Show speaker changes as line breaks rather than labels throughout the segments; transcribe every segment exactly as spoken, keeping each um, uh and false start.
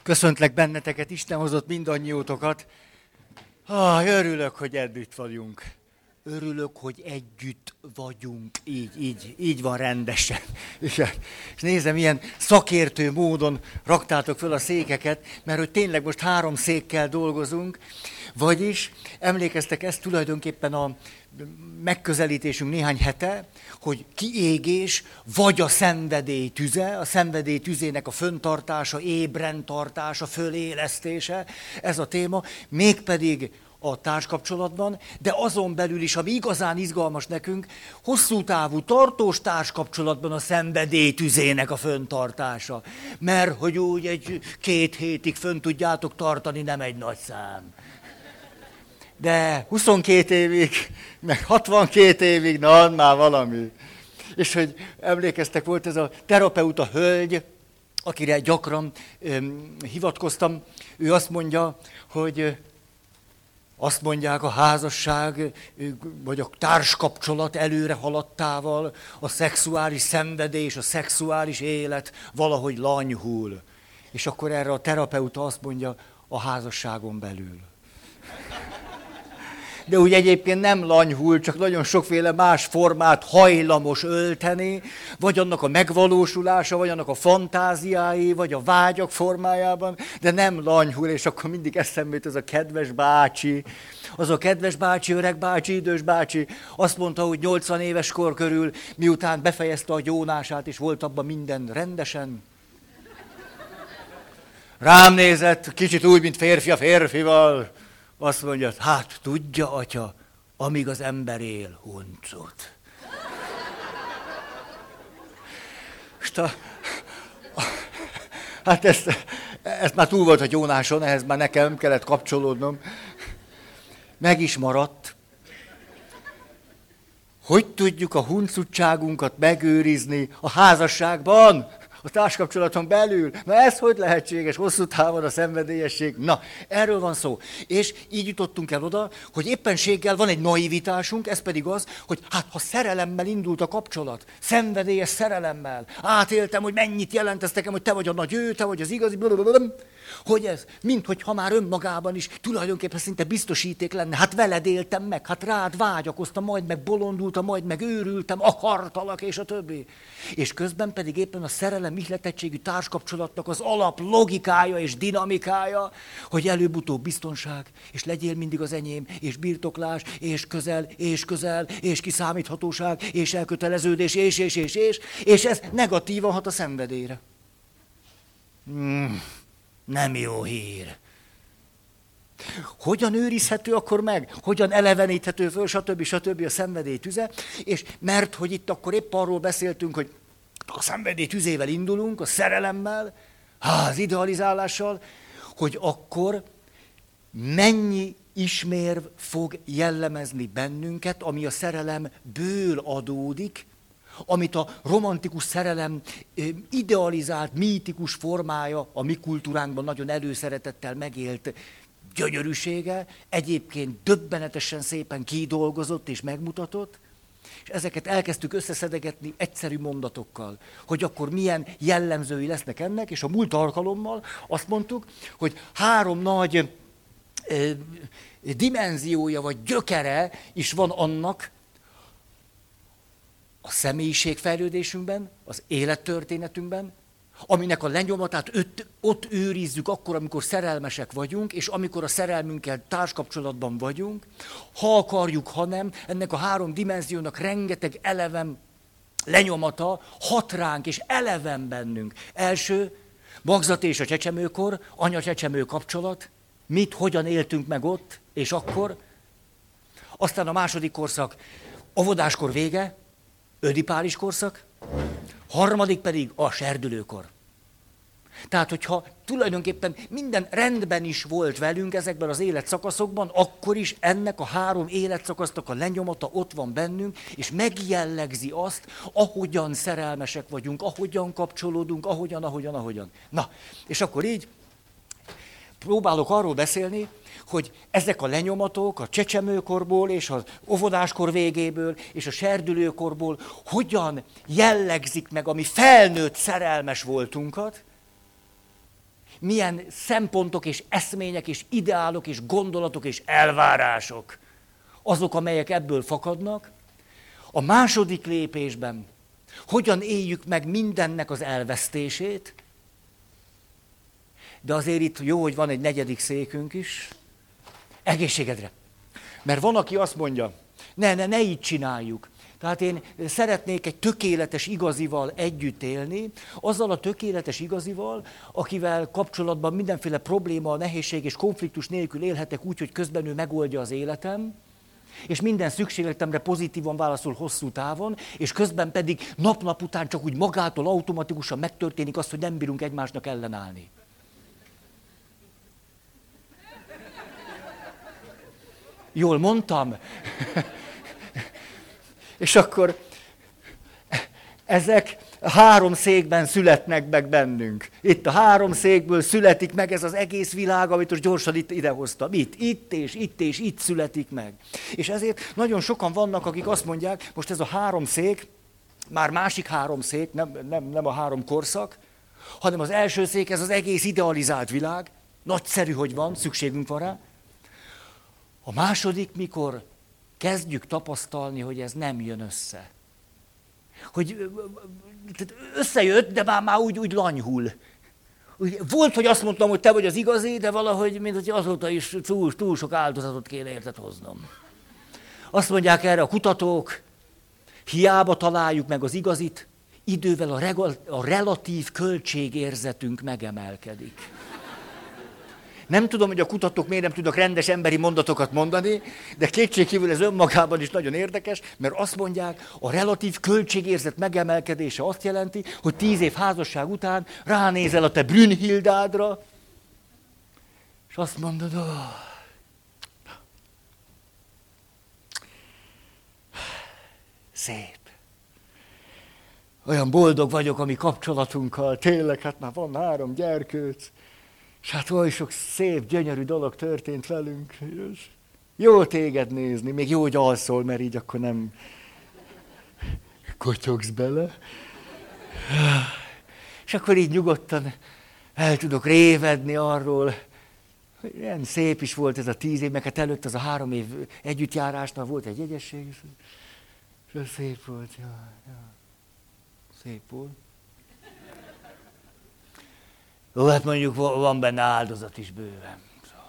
Köszöntlek benneteket, Isten hozott mindannyiótokat. Ah, örülök, hogy együtt vagyunk. Örülök, hogy együtt vagyunk. Így, így, így van rendesen. És, és nézem, milyen szakértő módon raktátok föl a székeket, mert hogy tényleg most három székkel dolgozunk. Vagyis emlékeztek, ez tulajdonképpen a megközelítésünk néhány hete, hogy kiégés, vagy a szenvedély tüze, a szenvedély tüzének a föntartása, ébren tartása, fölélesztése, ez a téma, mégpedig a társkapcsolatban, de azon belül is, ami igazán izgalmas nekünk, hosszú távú, tartós társkapcsolatban a szenvedély tüzének a föntartása. Mert hogy úgy egy két hétig fönn tudjátok tartani, nem egy nagy szám. De huszonkét évig, meg hatvankét évig, na, már valami. És hogy emlékeztek, volt ez a terapeuta hölgy, akire gyakran öm, hivatkoztam, ő azt mondja, hogy azt mondják, a házasság, vagy a társkapcsolat előre haladtával, a szexuális szenvedés, a szexuális élet valahogy lanyhul. És akkor erre a terapeuta azt mondja, a házasságon belül. De úgy egyébként nem lanyhul, csak nagyon sokféle más formát hajlamos ölteni, vagy annak a megvalósulása, vagy annak a fantáziái, vagy a vágyak formájában, de nem lanyhul, és akkor mindig eszembe jut ez a kedves bácsi, az a kedves bácsi, öreg bácsi, idős bácsi, azt mondta, hogy nyolcvan éves kor körül, miután befejezte a gyónását, és volt abban minden rendesen, rám nézett, kicsit úgy, mint férfi a férfival, azt mondja, hát tudja, atya, amíg az ember él, huncut. A, a, hát ezt, ezt már túl volt a gyónáson, ehhez már nekem kellett kapcsolódnom. Meg is maradt. Hogy tudjuk a huncutságunkat megőrizni a házasságban? A társkapcsolaton belül. Na ez hogy lehetséges? Hosszú távon a szenvedélyesség. Na, erről van szó. És így jutottunk el oda, hogy éppenséggel van egy naivitásunk, ez pedig az, hogy hát ha szerelemmel indult a kapcsolat, szenvedélyes szerelemmel, átéltem, hogy mennyit jelent ez nekem, hogy te vagy a nagy ő, te vagy az igazi, blablabla, hogy ez, minthogyha már önmagában is tulajdonképpen szinte biztosíték lenne. Hát veled éltem meg, hát rád vágyakoztam, majd meg bolondultam, majd meg őrültem, akartalak, és a többi. És közben pedig éppen a szerelem ihletettségű társkapcsolatnak az alap logikája és dinamikája, hogy előbb-utóbb biztonság, és legyél mindig az enyém, és birtoklás, és közel, és közel, és kiszámíthatóság, és elköteleződés, és, és, és, és, és ez negatívan hat a szenvedélyre. Hmm. Nem jó hír. Hogyan őrizhető akkor meg? Hogyan eleveníthető föl, stb. stb. A szenvedély tüze? És mert hogy itt akkor épp arról beszéltünk, hogy a szenvedély tüzével indulunk, a szerelemmel, az idealizálással, hogy akkor mennyi ismérv fog jellemezni bennünket, ami a szerelemből adódik, amit a romantikus szerelem idealizált, mítikus formája, a mi kultúránkban nagyon előszeretettel megélt gyönyörűsége, egyébként döbbenetesen szépen kidolgozott és megmutatott, és ezeket elkezdtük összeszedegetni egyszerű mondatokkal, hogy akkor milyen jellemzői lesznek ennek, és a múlt alkalommal azt mondtuk, hogy három nagy eh, dimenziója vagy gyökere is van annak, a személyiségfejlődésünkben, az élettörténetünkben, aminek a lenyomatát ott, ott őrizzük akkor, amikor szerelmesek vagyunk, és amikor a szerelmünkkel társkapcsolatban vagyunk, ha akarjuk, ha nem, ennek a három dimenziónak rengeteg eleven lenyomata hat ránk, és eleven bennünk. Első, magzat és a csecsemőkor, anya-csecsemő kapcsolat, mit, hogyan éltünk meg ott, és akkor. Aztán a második korszak, óvodáskor vége, ödipális korszak, harmadik pedig a serdülőkor. Tehát, hogyha tulajdonképpen minden rendben is volt velünk ezekben az életszakaszokban, akkor is ennek a három életszakasznak a lenyomata ott van bennünk, és megjellegzi azt, ahogyan szerelmesek vagyunk, ahogyan kapcsolódunk, ahogyan, ahogyan, ahogyan. Na, és akkor így próbálok arról beszélni, hogy ezek a lenyomatok a csecsemőkorból és az óvodáskor végéből és a serdülőkorból hogyan jellegzik meg a mi felnőtt szerelmes voltunkat, milyen szempontok és eszmények és ideálok és gondolatok és elvárások azok, amelyek ebből fakadnak. A második lépésben hogyan éljük meg mindennek az elvesztését, de azért itt jó, hogy van egy negyedik székünk is. Egészségedre. Mert van, aki azt mondja, ne, ne, ne így csináljuk. Tehát én szeretnék egy tökéletes igazival együtt élni, azzal a tökéletes igazival, akivel kapcsolatban mindenféle probléma, nehézség és konfliktus nélkül élhetek úgy, hogy közben ő megoldja az életem, és minden szükségletemre pozitívan válaszol hosszú távon, és közben pedig nap-nap után csak úgy magától automatikusan megtörténik az, hogy nem bírunk egymásnak ellenállni. Jól mondtam? És akkor ezek három székben születnek meg bennünk. Itt a három székből születik meg ez az egész világ, amit most gyorsan itt idehoztam. Itt, itt és itt és itt születik meg. És ezért nagyon sokan vannak, akik azt mondják, most ez a három szék, már másik három szék, nem, nem, nem a három korszak, hanem az első szék, ez az egész idealizált világ. Nagyszerű, hogy van, szükségünk van rá. A második, mikor kezdjük tapasztalni, hogy ez nem jön össze. Hogy összejött, de már, már úgy, úgy lanyhul. Volt, hogy azt mondtam, hogy te vagy az igazi, de valahogy, mint hogy azóta is túl, túl sok áldozatot kéne érted hoznom. Azt mondják erre a kutatók, hiába találjuk meg az igazit, idővel a, regal, a relatív költségérzetünk megemelkedik. Nem tudom, hogy a kutatók miért nem tudnak rendes emberi mondatokat mondani, de kétségkívül ez önmagában is nagyon érdekes, mert azt mondják, a relatív költségérzet megemelkedése azt jelenti, hogy tíz év házasság után ránézel a te Brünnhildádra, és azt mondod, oh, szép. Olyan boldog vagyok a mi kapcsolatunkkal, tényleg, hát már van három gyerkőc. És hát oly sok szép, gyönyörű dolog történt velünk. Jó téged nézni, még jó, hogy alszol, mert így akkor nem kotyogsz bele. És akkor így nyugodtan el tudok révedni arról, hogy ilyen szép is volt ez a tíz év, meg hát előtt az a három év együttjárásnál volt egy jegyesség, és ez szép volt, ja, ja. Szép volt. Ó, hát mondjuk van benne áldozat is bőven.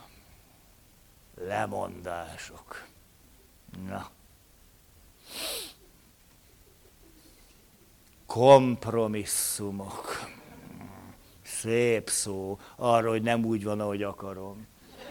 Lemondások. Na. Kompromisszumok. Szép szó. Arra, hogy nem úgy van, ahogy akarom.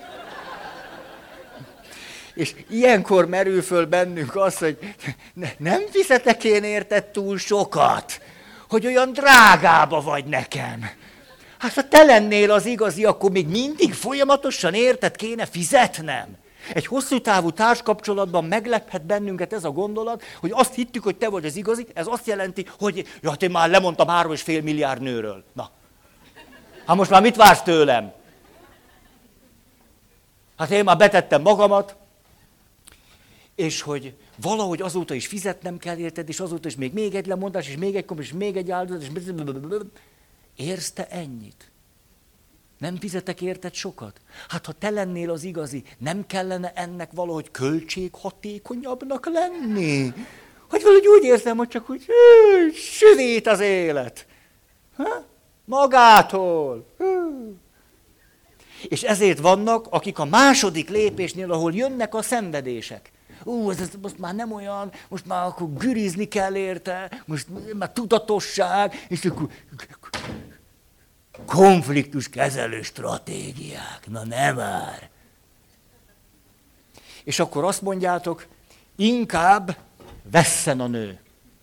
És ilyenkor merül föl bennünk az, hogy ne, nem fizetek én érted túl sokat, hogy olyan drágába vagy nekem. Hát ha te lennél az igazi, akkor még mindig folyamatosan érted kéne fizetnem. Egy hosszú távú társkapcsolatban meglephet bennünket ez a gondolat, hogy azt hittük, hogy te vagy az igazi, ez azt jelenti, hogy ja, hát én már lemondtam három és fél milliárd nőről. Na, hát most már mit vársz tőlem? Hát én már betettem magamat, és hogy valahogy azóta is fizetnem kell, érted, és azóta is még, még egy lemondás, és még egy komp, és még egy áldozat, és érsz te ennyit? Nem fizetek érted sokat? Hát ha te lennél az igazi, nem kellene ennek valahogy költséghatékonyabbnak lenni? Hogy valahogy úgy érzem, hogy csak úgy süvít az élet. Ha? Magától. Hú. És ezért vannak, akik a második lépésnél, ahol jönnek a szenvedések. Ú, ez, ez most már nem olyan, most már akkor gürizni kell érte, most már tudatosság, és akkor konfliktus kezelő stratégiák. Na nem már. És akkor azt mondjátok, inkább vesszen a nő.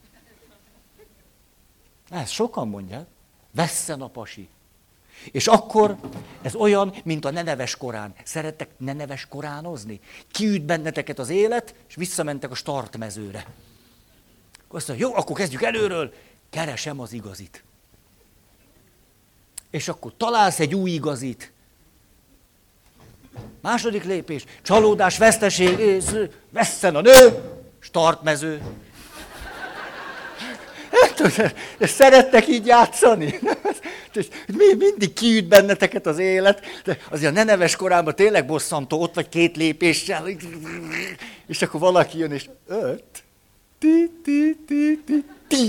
Ezt sokan mondják, vesszen a pasi. És akkor ez olyan, mint a neneves korán. Szerettek neneves koránozni? Kiüt benneteket az élet, és visszamentek a startmezőre. Azt mondja, jó, akkor kezdjük előről, keresem az igazit. És akkor találsz egy új igazit. Második lépés, csalódás, veszteség, vesszen a nő, startmező. Szerettek így játszani? Mi mindig kiüt benneteket az élet, de azért a neneves korában tényleg bosszantó, ott vagy két lépéssel, és akkor valaki jön, és öt, ti, ti, ti, ti, ti.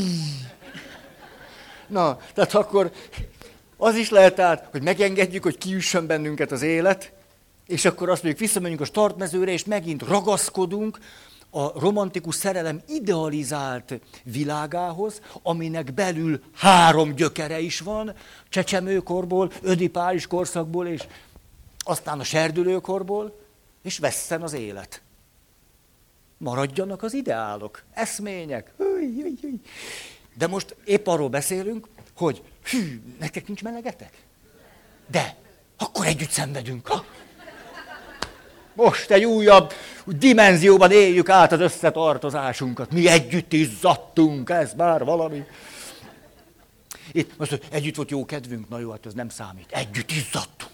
Na, tehát akkor az is lehet át, hogy megengedjük, hogy kiüssön bennünket az élet, és akkor azt mondjuk, visszamegyünk a startmezőre, és megint ragaszkodunk a romantikus szerelem idealizált világához, aminek belül három gyökere is van, csecsemőkorból, ödipális korszakból, és aztán a serdülőkorból, és vesszen az élet. Maradjanak az ideálok, eszmények. De most épp arról beszélünk, hogy hű, nektek nincs melegetek? De, akkor együtt szenvedünk. Ha? Most egy újabb dimenzióban éljük át az összetartozásunkat. Mi együtt izzadtunk, ez már valami. Itt most, hogy együtt volt jó kedvünk, na jó, hát ez nem számít. Együtt izzadtunk.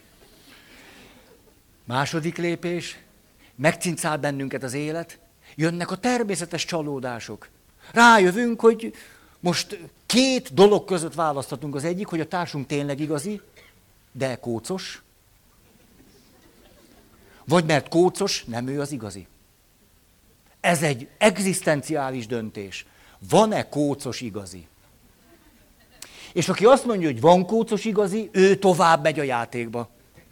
Második lépés, megcincál bennünket az élet, jönnek a természetes csalódások. Rájövünk, hogy most két dolog között választhatunk. Az egyik, hogy a társunk tényleg igazi, de kócos. Vagy mert kócos, nem ő az igazi. Ez egy egzisztenciális döntés. Van-e kócos igazi? És aki azt mondja, hogy van kócos igazi, ő tovább megy a játékba.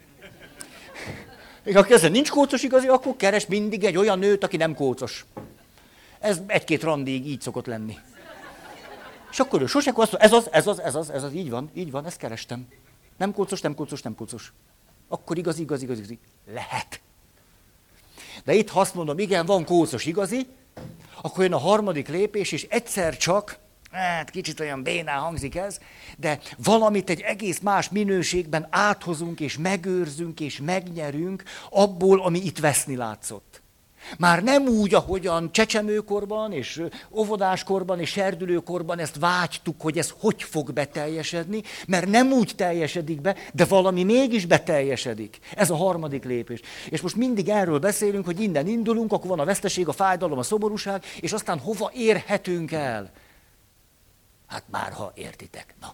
És ha kezdve nincs kócos igazi, akkor keres mindig egy olyan nőt, aki nem kócos. Ez egy-két randig így szokott lenni. És akkor ő sosem azt mondja, ez az, ez az, ez az, ez az, így van, így van, ezt kerestem. Nem kócos, nem kócos, nem kócos. Akkor igaz, igaz, igaz, igaz. Lehet. De itt, ha azt mondom, igen, van kócos igazi, akkor jön a harmadik lépés, és egyszer csak, hát kicsit olyan bénán hangzik ez, de valamit egy egész más minőségben áthozunk, és megőrzünk, és megnyerünk abból, ami itt veszni látszott. Már nem úgy, ahogyan csecsemőkorban, és óvodáskorban, és serdülőkorban ezt vágytuk, hogy ez hogy fog beteljesedni, mert nem úgy teljesedik be, de valami mégis beteljesedik. Ez a harmadik lépés. És most mindig erről beszélünk, hogy innen indulunk, akkor van a veszteség, a fájdalom, a szomorúság, és aztán hova érhetünk el? Hát már ha értitek. Na.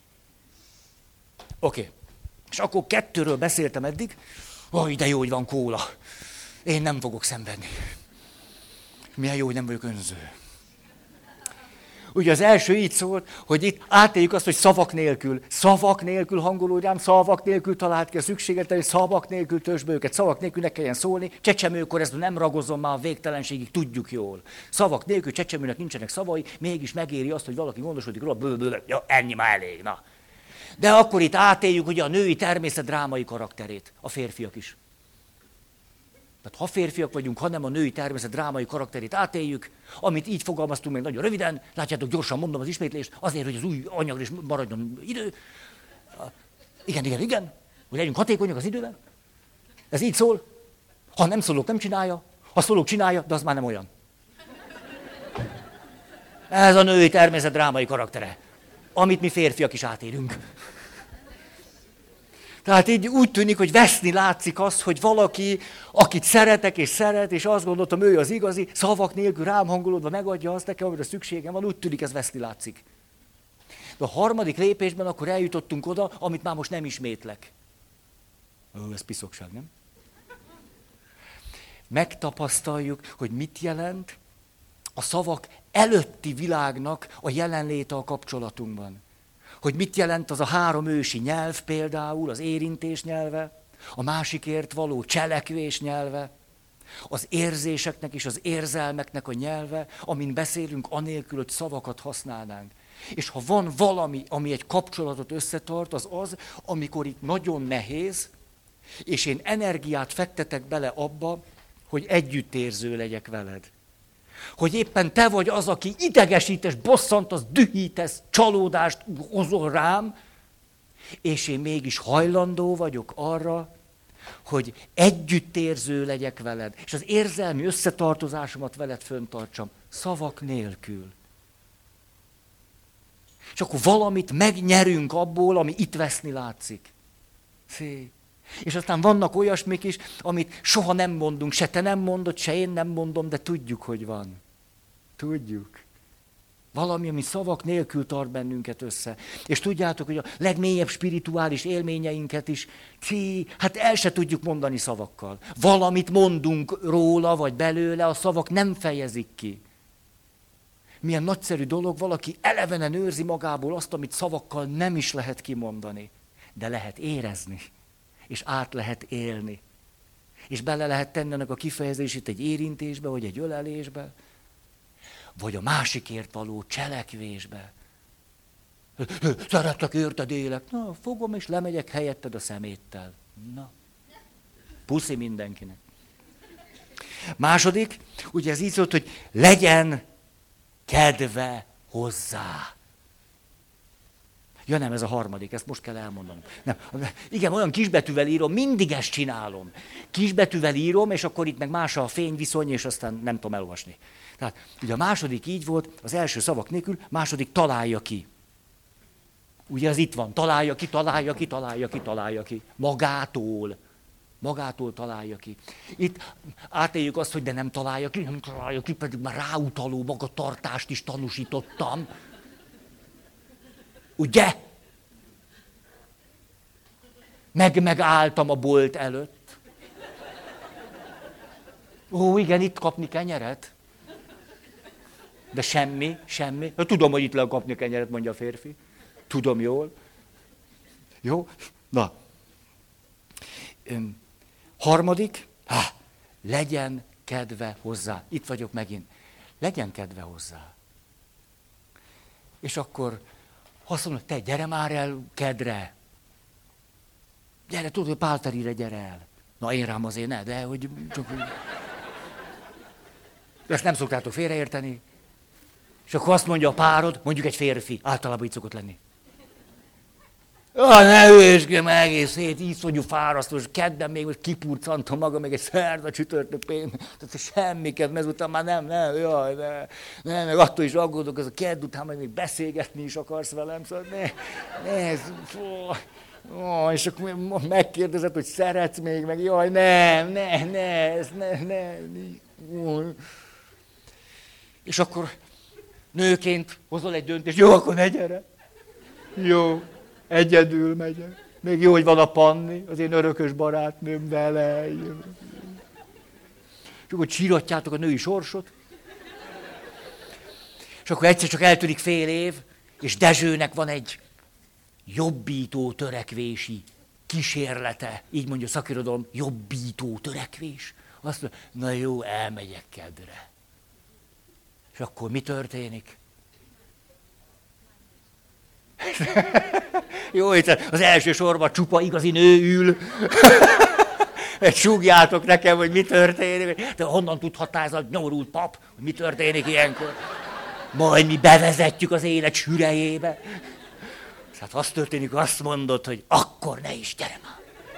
Oké. Okay. És akkor kettőről beszéltem eddig. Oj, de jó, hogy van kóla. Én nem fogok szenvedni. Milyen jó, hogy nem vagyok önző. Ugye az első így szólt, hogy itt átéljük azt, hogy szavak nélkül, szavak nélkül hangolódj rám, szavak nélkül talált ki a szükséget, hogy szavak nélkül tösd be őket, szavak nélkül ne kelljen szólni. Csecsemőkor ezt nem ragozom már a végtelenségig, tudjuk jól. Szavak nélkül csecsemőnek nincsenek szavai, mégis megéri azt, hogy valaki gondoskodik róla, blablabla. Ja, ennyi már elég, na. De akkor itt átéljük ugye a női természet drámai karakterét, a férfiak is. Tehát ha férfiak vagyunk, hanem a női természet drámai karakterét átéljük, amit így fogalmaztunk meg nagyon röviden, látjátok, gyorsan mondom az ismétlést, azért, hogy az új anyagra is maradjon idő. Igen, igen, igen, hogy legyünk hatékonyak az időben. Ez így szól. Ha nem szólok, nem csinálja. Ha szólok, csinálja, de az már nem olyan. Ez a női természet drámai karaktere, amit mi férfiak is átérünk. Tehát így úgy tűnik, hogy veszni látszik az, hogy valaki, akit szeretek és szeret, és azt gondoltam, ő az igazi, szavak nélkül rám hangolódva megadja azt nekem, amire szükségem van, úgy tűnik, ez veszni látszik. De a harmadik lépésben akkor eljutottunk oda, amit már most nem ismétlek. Ó, ez piszokság, nem? Megtapasztaljuk, hogy mit jelent a szavak előtti világnak a jelenléte a kapcsolatunkban. Hogy mit jelent az a három ősi nyelv például, az érintés nyelve, a másikért való cselekvés nyelve, az érzéseknek és az érzelmeknek a nyelve, amin beszélünk anélkül, hogy szavakat használnánk. És ha van valami, ami egy kapcsolatot összetart, az az, amikor itt nagyon nehéz, és én energiát fektetek bele abba, hogy együttérző legyek veled. Hogy éppen te vagy az, aki idegesítesz, bosszantasz, dühítesz, csalódást hozol rám, és én mégis hajlandó vagyok arra, hogy együttérző legyek veled, és az érzelmi összetartozásomat veled föntartsam, szavak nélkül. És akkor valamit megnyerünk abból, ami itt veszni látszik. Szép. És aztán vannak olyasmik is, amit soha nem mondunk, se te nem mondod, se én nem mondom, de tudjuk, hogy van. Tudjuk. Valami, ami szavak nélkül tart bennünket össze. És tudjátok, hogy a legmélyebb spirituális élményeinket is, ci, hát el se tudjuk mondani szavakkal. Valamit mondunk róla, vagy belőle, a szavak nem fejezik ki. Milyen nagyszerű dolog, valaki elevenen őrzi magából azt, amit szavakkal nem is lehet kimondani. De lehet érezni, és át lehet élni. És bele lehet tenni ennek a kifejezését egy érintésbe, vagy egy ölelésbe, vagy a másikért való cselekvésbe. Szeretlek, érted, élek. Na, fogom és lemegyek helyetted a szeméttel. Na, puszi mindenkinek. Második, ugye ez így szólt, hogy legyen kedve hozzá. Ja nem, ez a harmadik, ezt most kell elmondanom. Nem. Igen, olyan kisbetűvel írom, mindig ezt csinálom. Kisbetűvel írom, és akkor itt meg más a fényviszony, és aztán nem tudom elolvasni. Tehát ugye a második így volt, az első szavak nélkül, második találja ki. Ugye az itt van, találja ki, találja ki, találja ki, találja ki. Magától. Magától találja ki. Itt átéljük azt, hogy de nem találja ki, nem találja ki, pedig már ráutaló magatartást is tanúsítottam. Ugye? Meg megálltam a bolt előtt. Ó, igen, itt kapni kenyeret. De semmi, semmi. Tudom, hogy itt lehet kapni kenyeret, mondja a férfi. Tudom jól. Jó? Na. Öm, harmadik. Há, legyen kedve hozzá. Itt vagyok megint. Legyen kedve hozzá. És akkor azt mondom, te gyere már el kedre. Gyere, tudod, hogy Pálterire gyere el. Na én rám azért ne, de hogy csak... Ezt nem szoktátok félreérteni. És akkor azt mondja a párod, mondjuk egy férfi, általában így szokott lenni. Ah, ne hülyeskedj meg, egész hét, iszonyú fárasztós, kedden még most kipurcantam magam, meg egy szerda csütörtök péntek, tehát semmiket, ezután már nem, nem, jaj, ne, ne, meg attól is aggódok, az a kedd után majd még beszélgetni is akarsz velem, szóval ne, ne, ez, fó, ó, és akkor megkérdezed, hogy szeretsz még, meg jaj, nem, ne, ne, ez ne, ne, ne. És akkor nőként hozol egy döntést, jó, akkor ne gyere. Jó, egyedül megyek. Még jó, hogy van a Panni, az én örökös barátnőm vele. És akkor csiratjátok a női sorsot. És akkor egyszer csak eltűnik fél év, és Dezsőnek van egy jobbító törekvési kísérlete. Így mondja a szakirodalom, jobbító törekvés. Azt mondja, na jó, elmegyek kedre. És akkor mi történik? Jó, itt az első sorban csupa igazi nő ül. Súgjátok nekem, hogy mi történik. De honnan tudhatná ez a nyomorult pap, hogy mi történik ilyenkor? Majd mi bevezetjük az élet sürejébe. Hát az történik, azt mondod, hogy akkor ne is gyere már.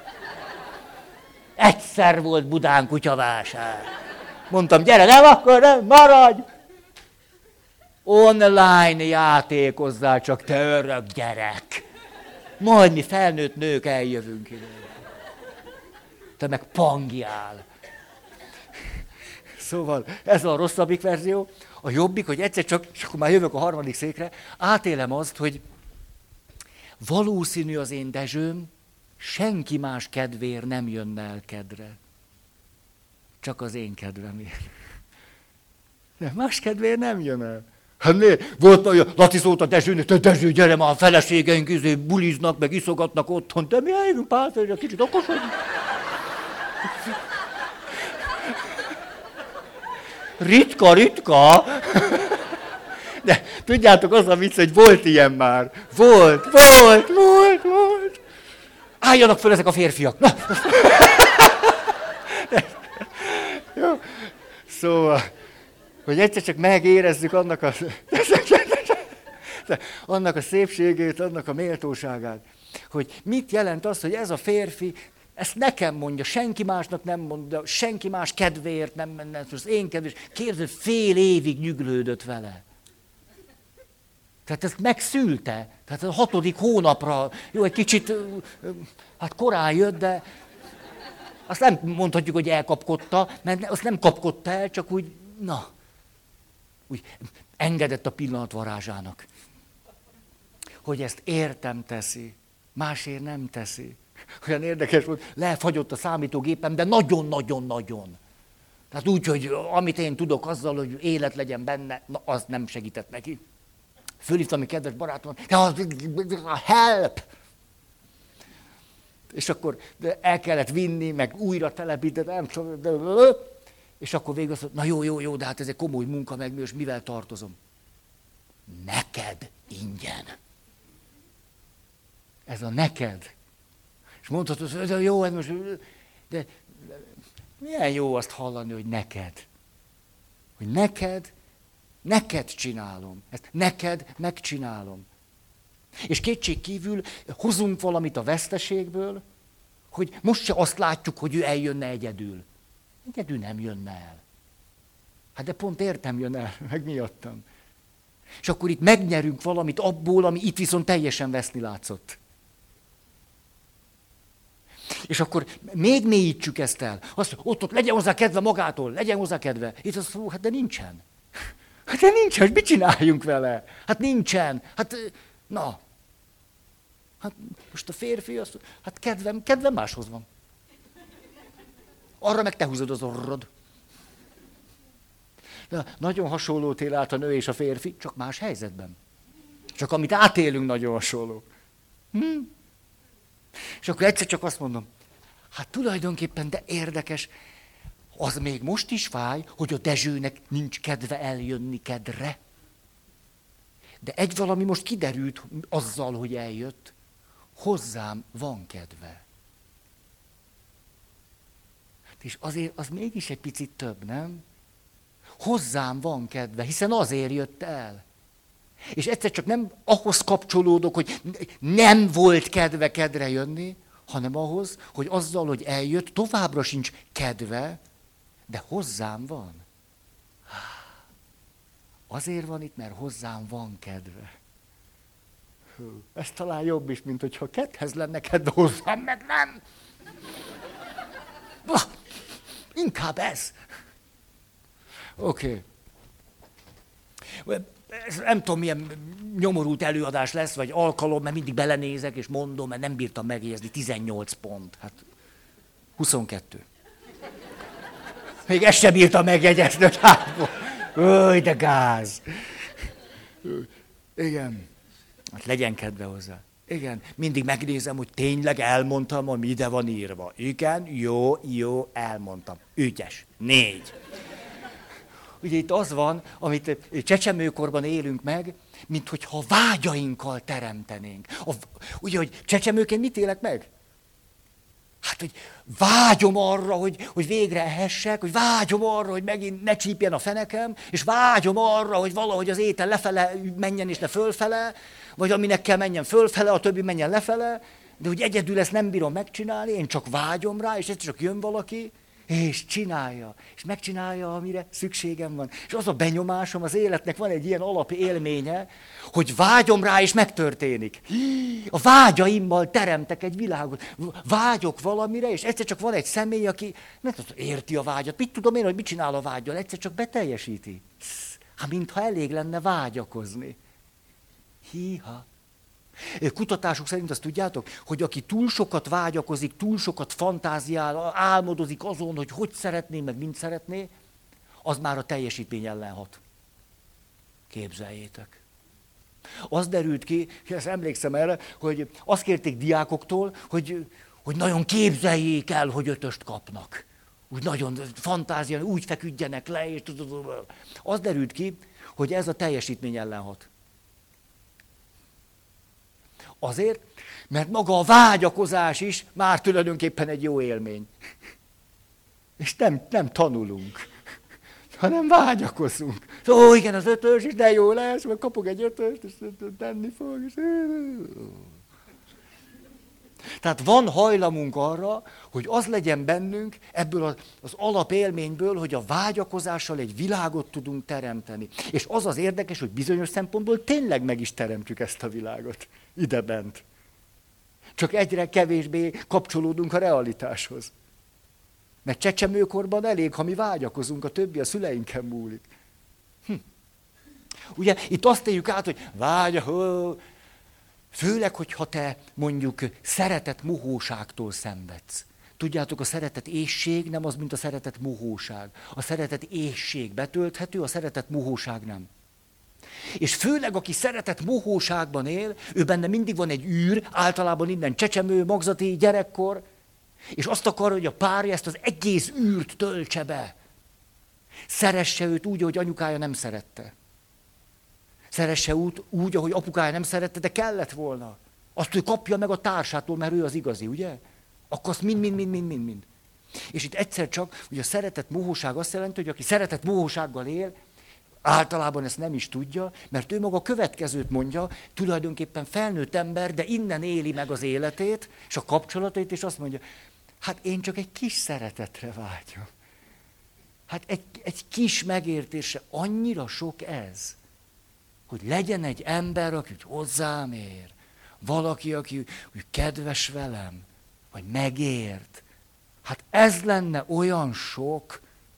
Egyszer volt Budán kutyavásár. Mondtam, gyere, nem, akkor nem, maradj! Online játékozzál, csak te örök gyerek. Majd mi felnőtt nők eljövünk ide. Te meg pangjál. Szóval ez a rosszabbik verzió. A jobbik, hogy egyszer csak, és akkor már jövök a harmadik székre, átélem azt, hogy valószínű az én Dezsőm senki más kedvéért nem jönne el kedre. Csak az én kedvemért. De más kedvéért nem jön el. Hát miért? Volt olyan, Laci szólt a Dezsőnek, te Dezső, gyere már, a feleségeink izé buliznak, meg iszogatnak otthon, te mi eljövünk Pálterre, kicsit okosodj. Ritka, ritka. De tudjátok, az a vicc, hogy volt ilyen már. Volt, volt, volt, volt. Álljanak föl ezek a férfiak. Na. Jó. Szóval, hogy egyszer csak megérezzük annak a, annak a szépségét, annak a méltóságát, hogy mit jelent az, hogy ez a férfi, ezt nekem mondja, senki másnak nem mondja, senki más kedvéért nem menne, az én kedvés. Képzeld, fél évig nyüglődött vele. Tehát ezt megszülte. Tehát a hatodik hónapra, jó, egy kicsit, hát korán jött, de azt nem mondhatjuk, hogy elkapkodta, mert azt nem kapkodta el, csak úgy, na. úgy engedett a pillanat varázsának. Hogy ezt értem teszi, másért nem teszi. Olyan érdekes volt, lefagyott a számítógépem, de nagyon-nagyon-nagyon. Tehát úgy, hogy amit én tudok azzal, hogy élet legyen benne, na, az nem segített neki. Fölhívtam egy kedves barátom, help! És akkor el kellett vinni, meg újra telepíteni, nem tudom, és akkor végül azt mondta, na jó, jó, jó, de hát ez egy komoly munka, meg és mivel tartozom? Neked ingyen. Ez a neked. És mondhatod, hogy jó, ez most, de milyen jó azt hallani, hogy neked. Hogy neked, neked csinálom. Ezt neked megcsinálom. És kétség kívül hozunk valamit a veszteségből, hogy most se azt látjuk, hogy ő eljönne egyedül. Egyedül nem jönne el. Hát de pont értem jön el, meg miattam. És akkor itt megnyerünk valamit abból, ami itt viszont teljesen veszni látszott. És akkor még mélyítsük ezt el. Azt, ott, ott legyen hozzá kedve magától, legyen hozzá kedve. Itt azt mondja, hát de nincsen. Hát de nincsen, mit csináljunk vele? Hát nincsen. Hát, na. Hát most a férfi azt mondja, hát kedvem, kedvem máshoz van. Arra meg te húzod az orrod. De nagyon hasonlót él át a nő és a férfi, csak más helyzetben. Csak amit átélünk, nagyon hasonló. Hm? És akkor egyszer csak azt mondom, hát tulajdonképpen, de érdekes, az még most is fáj, hogy a Dezsőnek nincs kedve eljönni kedre. De egy valami most kiderült azzal, hogy eljött, hozzám van kedve. És azért az mégis egy picit több, nem? Hozzám van kedve, hiszen azért jött el. És egyszer csak nem ahhoz kapcsolódok, hogy nem volt kedve kedre jönni, hanem ahhoz, hogy azzal, hogy eljött, továbbra sincs kedve, de hozzám van. Azért van itt, mert hozzám van kedve. Hú, ez talán jobb is, mint hogyha kedvhez lenne kedve, hozzám meg nem. Bah, inkább ez. Oké. Okay. Nem tudom, milyen nyomorult előadás lesz, vagy alkalom, mert mindig belenézek, és mondom, mert nem bírtam megjegyezni. tizennyolc pont. Hát huszonkettő. Még ezt sem bírtam megjegyezni, hogy hát, öj, de gáz. Igen. Hát legyen kedve hozzá. Igen. Mindig megnézem, hogy tényleg elmondtam, ami ide van írva. Igen, jó, jó, elmondtam. Ügyes. Négy. Ugye itt az van, amit csecsemőkorban élünk meg, mint hogyha vágyainkkal teremtenénk. A, ugye, hogy csecsemőként mit élek meg? Hát, hogy vágyom arra, hogy, hogy végre ehessek, hogy vágyom arra, hogy megint ne csípjen a fenekem, és vágyom arra, hogy valahogy az étel lefele menjen és ne fölfele, vagy aminek kell menjen fölfele, a többi menjen lefele, de hogy egyedül ezt nem bírom megcsinálni, én csak vágyom rá, és egyszer csak jön valaki, és csinálja, és megcsinálja, amire szükségem van. És az a benyomásom, az életnek van egy ilyen alapi élménye, hogy vágyom rá, és megtörténik. A vágyaimmal teremtek egy világot. Vágyok valamire, és egyszer csak van egy személy, aki nem tudom, érti a vágyat. Mit tudom én, hogy mit csinál a vágyal? Egyszer csak beteljesíti. Hát mintha elég lenne vágyakozni. Híha. Kutatások szerint azt tudjátok, hogy aki túl sokat vágyakozik, túl sokat fantáziál, álmodozik azon, hogy hogy szeretné, meg mint szeretné, az már a teljesítmény ellen hat. Képzeljétek. Az derült ki, ezt emlékszem erre, hogy azt kérték diákoktól, hogy, hogy nagyon képzeljék el, hogy ötöst kapnak. Úgy nagyon fantázián, úgy feküdjenek le, és az derült ki, hogy ez a teljesítmény ellen hat. Azért, mert maga a vágyakozás is már tulajdonképpen egy jó élmény. És nem, nem tanulunk, hanem vágyakozunk. Ó, igen, az ötös is, de jó lesz, mert kapok egy ötöst, és tenni fog. És... Tehát van hajlamunk arra, hogy az legyen bennünk ebből az, az alapélményből, hogy a vágyakozással egy világot tudunk teremteni. És az az érdekes, hogy bizonyos szempontból tényleg meg is teremtjük ezt a világot. Idebent. Csak egyre kevésbé kapcsolódunk a realitáshoz. Mert csecsemőkorban elég, ha mi vágyakozunk, a többi a szüleinken múlik. Hm. Ugye itt azt éljük át, hogy vágy, hó, főleg, hogyha te mondjuk szeretet mohóságtól szenvedsz. Tudjátok, a szeretet éhség nem az, mint a szeretet mohóság. A szeretet éhség betölthető, a szeretet mohóság nem. És főleg, aki szeretet mohóságban él, ő benne mindig van egy űr, általában innen csecsemő, magzati, gyerekkor, és azt akarja, hogy a párja ezt az egész űrt töltse be. Szeresse őt úgy, ahogy anyukája nem szerette. Szeresse úgy, úgy, ahogy apukája nem szerette, de kellett volna. Azt ő kapja meg a társától, mert ő az igazi, ugye? Akkor azt mind, mind, mind, mind, mind, mind. És itt egyszer csak, hogy a szeretet mohóság azt jelenti, hogy aki szeretet mohósággal él, általában ezt nem is tudja, mert ő maga a következőt mondja, tulajdonképpen felnőtt ember, de innen éli meg az életét, és a kapcsolatait, és azt mondja, hát én csak egy kis szeretetre vágyom. Hát egy, egy kis megértésre annyira sok ez, hogy legyen egy ember, aki hozzám ér, valaki, aki úgy kedves velem, vagy megért. Hát ez lenne olyan sok.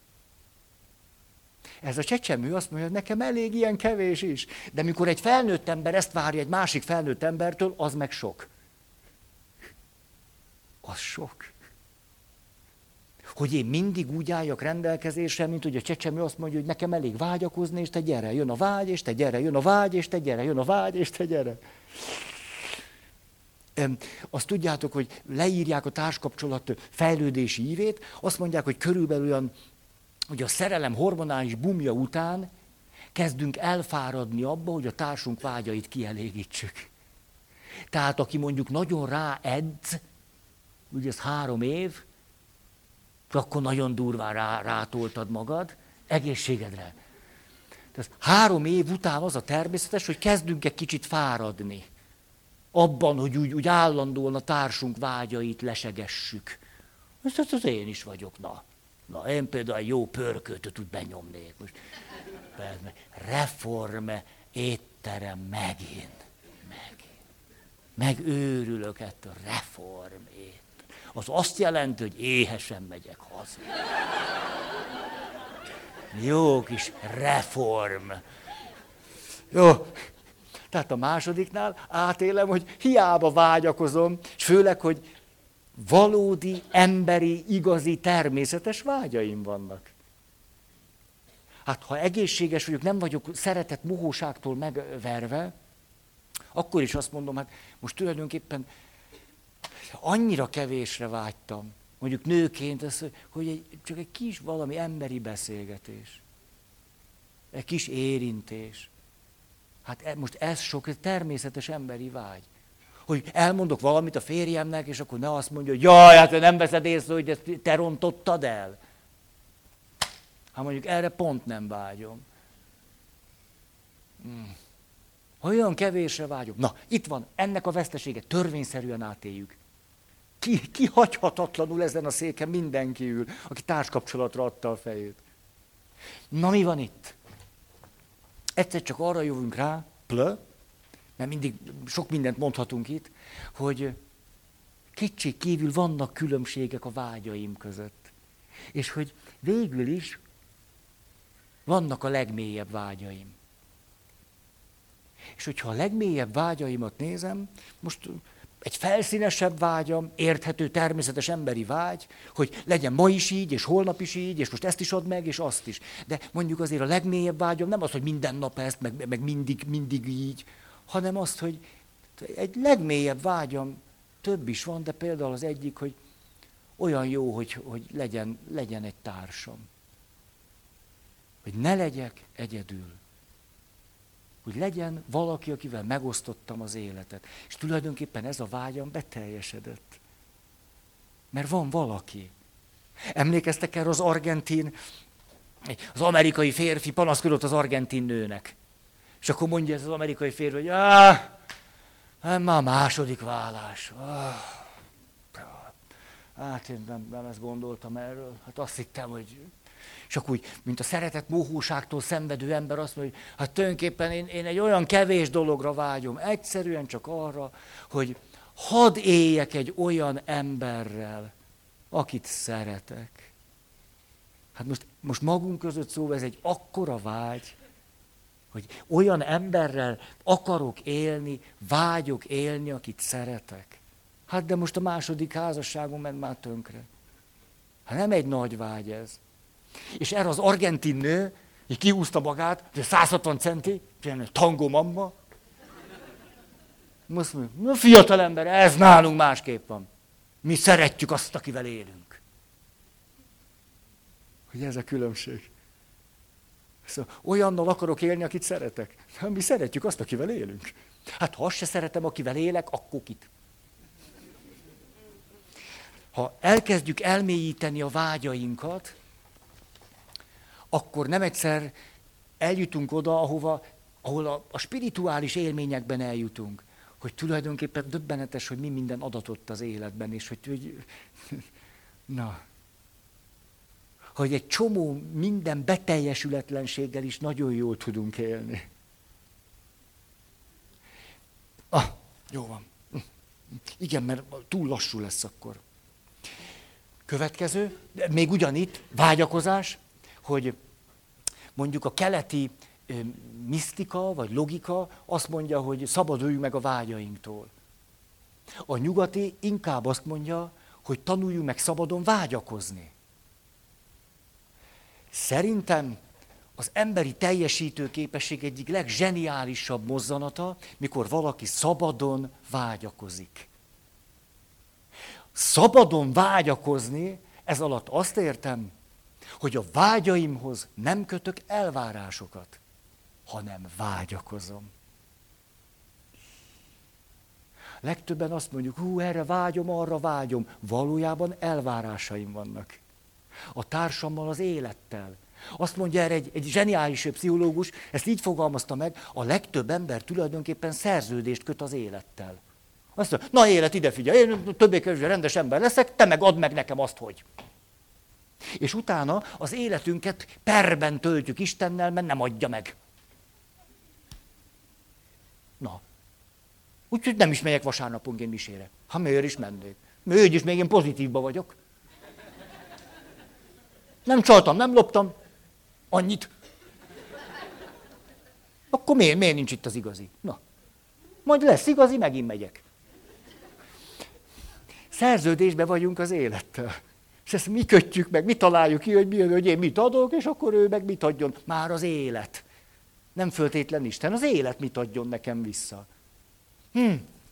Ez a csecsemő azt mondja, hogy nekem elég ilyen kevés is. De mikor egy felnőtt ember ezt várja egy másik felnőtt embertől, az meg sok. Az sok. Hogy én mindig úgy álljak rendelkezésre, mint hogy a csecsemő azt mondja, hogy nekem elég vágyakozni, és te gyere, jön a vágy, és te gyere, jön a vágy, és te gyere, jön a vágy, és te gyere. Azt tudjátok, hogy leírják a társkapcsolat fejlődési ívét, azt mondják, hogy körülbelül olyan, hogy a szerelem hormonális bumja után kezdünk elfáradni abba, hogy a társunk vágyait kielégítsük. Tehát aki mondjuk nagyon ráedz, ugye ez három év, akkor nagyon durván rá, rátoltad magad, egészségedre. Tehát három év után az a természetes, hogy kezdünk egy kicsit fáradni. Abban, hogy úgy, úgy állandóan a társunk vágyait lesegessük. Most az, az én is vagyok, na. Na, én például egy jó pörköltöt úgy benyomnék. Most, reform étterem megint. Megint. Megőrülök ettől, reform étterem. Az azt jelenti, hogy éhesen megyek haza. Jó kis reform. Jó. Tehát a másodiknál átélem, hogy hiába vágyakozom, és főleg, hogy valódi, emberi, igazi, természetes vágyaim vannak. Hát ha egészséges vagyok, nem vagyok szeretet mohóságtól megverve, akkor is azt mondom, hát most tulajdonképpen annyira kevésre vágytam, mondjuk nőként, az, hogy egy, csak egy kis valami emberi beszélgetés, egy kis érintés. Hát most ez sok természetes emberi vágy. Hogy elmondok valamit a férjemnek, és akkor ne azt mondja, hogy jaj, hát nem veszed észre, hogy ezt te rontottad el. Hát mondjuk erre pont nem vágyom. Hmm. Olyan kevésre vágyom. Na, itt van, ennek a vesztesége, törvényszerűen átéljük. Ki, kihagyhatatlanul ezen a széken mindenki ül, aki társkapcsolatra adta a fejét. Na, mi van itt? Egyszer csak arra jövünk rá, plö, mert mindig sok mindent mondhatunk itt, hogy kétség kívül vannak különbségek a vágyaim között. És hogy végül is vannak a legmélyebb vágyaim. És hogyha a legmélyebb vágyaimat nézem, most egy felszínesebb vágyam, érthető, természetes emberi vágy, hogy legyen ma is így, és holnap is így, és most ezt is ad meg, és azt is. De mondjuk azért a legmélyebb vágyam nem az, hogy minden nap ezt, meg, meg mindig, mindig így, hanem azt, hogy egy legmélyebb vágyam, több is van, de például az egyik, hogy olyan jó, hogy, hogy legyen, legyen egy társam. Hogy ne legyek egyedül. Hogy legyen valaki, akivel megosztottam az életet. És tulajdonképpen ez a vágyam beteljesedett. Mert van valaki. Emlékeztek erre az argentin, az amerikai férfi panaszkodott az argentin nőnek. És akkor mondja ez az amerikai férfi, hogy áh, nem már második vállás. Ah, hát én nem, nem ezt gondoltam erről. Hát azt hittem, hogy... És akkor úgy, mint a szeretet mohóságtól szenvedő ember azt mondja, hogy hát tulajdonképpen én, én egy olyan kevés dologra vágyom, egyszerűen csak arra, hogy hadd éljek egy olyan emberrel, akit szeretek. Hát most, most magunk között szóval ez egy akkora vágy, Hogy olyan emberrel akarok élni, vágyok élni, akit szeretek. Hát de most a második házasságom ment már tönkre. Hát nem egy nagy vágy ez. És erre az argentin nő, így kihúzta magát, száz hatvan centi, tangó mamma. Azt mondja, na fiatal ember, ez nálunk másképp van. Mi szeretjük azt, akivel élünk. Hogy ez a különbség. Szóval olyannal akarok élni, akit szeretek. Mi szeretjük azt, akivel élünk. Hát ha azt se szeretem, akivel élek, akkor kit. Ha elkezdjük elmélyíteni a vágyainkat, akkor nem egyszer eljutunk oda, ahova, ahol a, a spirituális élményekben eljutunk. Hogy tulajdonképpen döbbenetes, hogy mi minden adatott az életben, és hogy, hogy na, hogy egy csomó minden beteljesületlenséggel is nagyon jól tudunk élni. Ah, jó van. Igen, mert túl lassú lesz akkor. Következő, még ugyanitt, vágyakozás, hogy mondjuk a keleti misztika vagy logika azt mondja, hogy szabaduljunk meg a vágyainktól. A nyugati inkább azt mondja, hogy tanuljunk meg szabadon vágyakozni. Szerintem az emberi teljesítő képesség egyik legzseniálisabb mozzanata, mikor valaki szabadon vágyakozik. Szabadon vágyakozni, ez alatt azt értem, hogy a vágyaimhoz nem kötök elvárásokat, hanem vágyakozom. Legtöbben azt mondjuk, hú, erre vágyom, arra vágyom. Valójában elvárásaim vannak. A társammal, az élettel. Azt mondja erre egy, egy zseniális pszichológus, ezt így fogalmazta meg, a legtöbb ember tulajdonképpen szerződést köt az élettel. Azt mondja, na élet, ide figyelj, én többé-kevésbé rendes ember leszek, te meg add meg nekem azt, hogy. És utána az életünket perben töltjük Istennel, mert nem adja meg. Na. Úgyhogy nem is megyek vasárnaponként misére. Ha miért is mennék? Miért is még én pozitívban vagyok. Nem csaltam, nem loptam. Annyit. Akkor miért, miért nincs itt az igazi? Na. Majd lesz igazi, megint megyek. Szerződésben vagyunk az élettel. És ezt mi kötjük meg, mi találjuk ki, hogy, mi, hogy én mit adok, és akkor ő meg mit adjon. Már az élet. Nem föltétlen Isten, az élet mit adjon nekem vissza. Hm.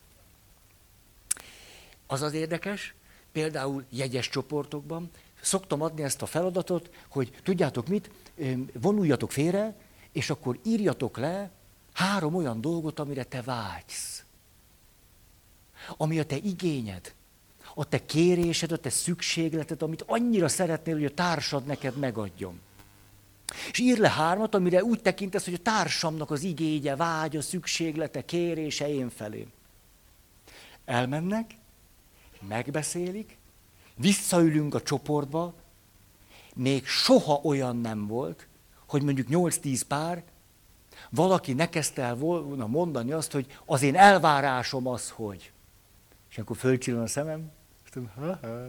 Az az érdekes, például jegyes csoportokban szoktam adni ezt a feladatot, hogy tudjátok mit, vonuljatok félre, és akkor írjatok le három olyan dolgot, amire te vágysz. Ami a te igényed, a te kérésed, a te szükségleted, amit annyira szeretnél, hogy a társad neked megadjon. És ír le hármat, amire úgy tekintesz, hogy a társamnak az igénye, vágya, szükséglete, kérése én felém. Elmennek, megbeszélik, visszaülünk a csoportba, még soha olyan nem volt, hogy mondjuk nyolc-tíz pár, valaki ne kezdte el volna mondani azt, hogy az én elvárásom az, hogy. És akkor fölcsillan a szemem, és tudom, ha-ha.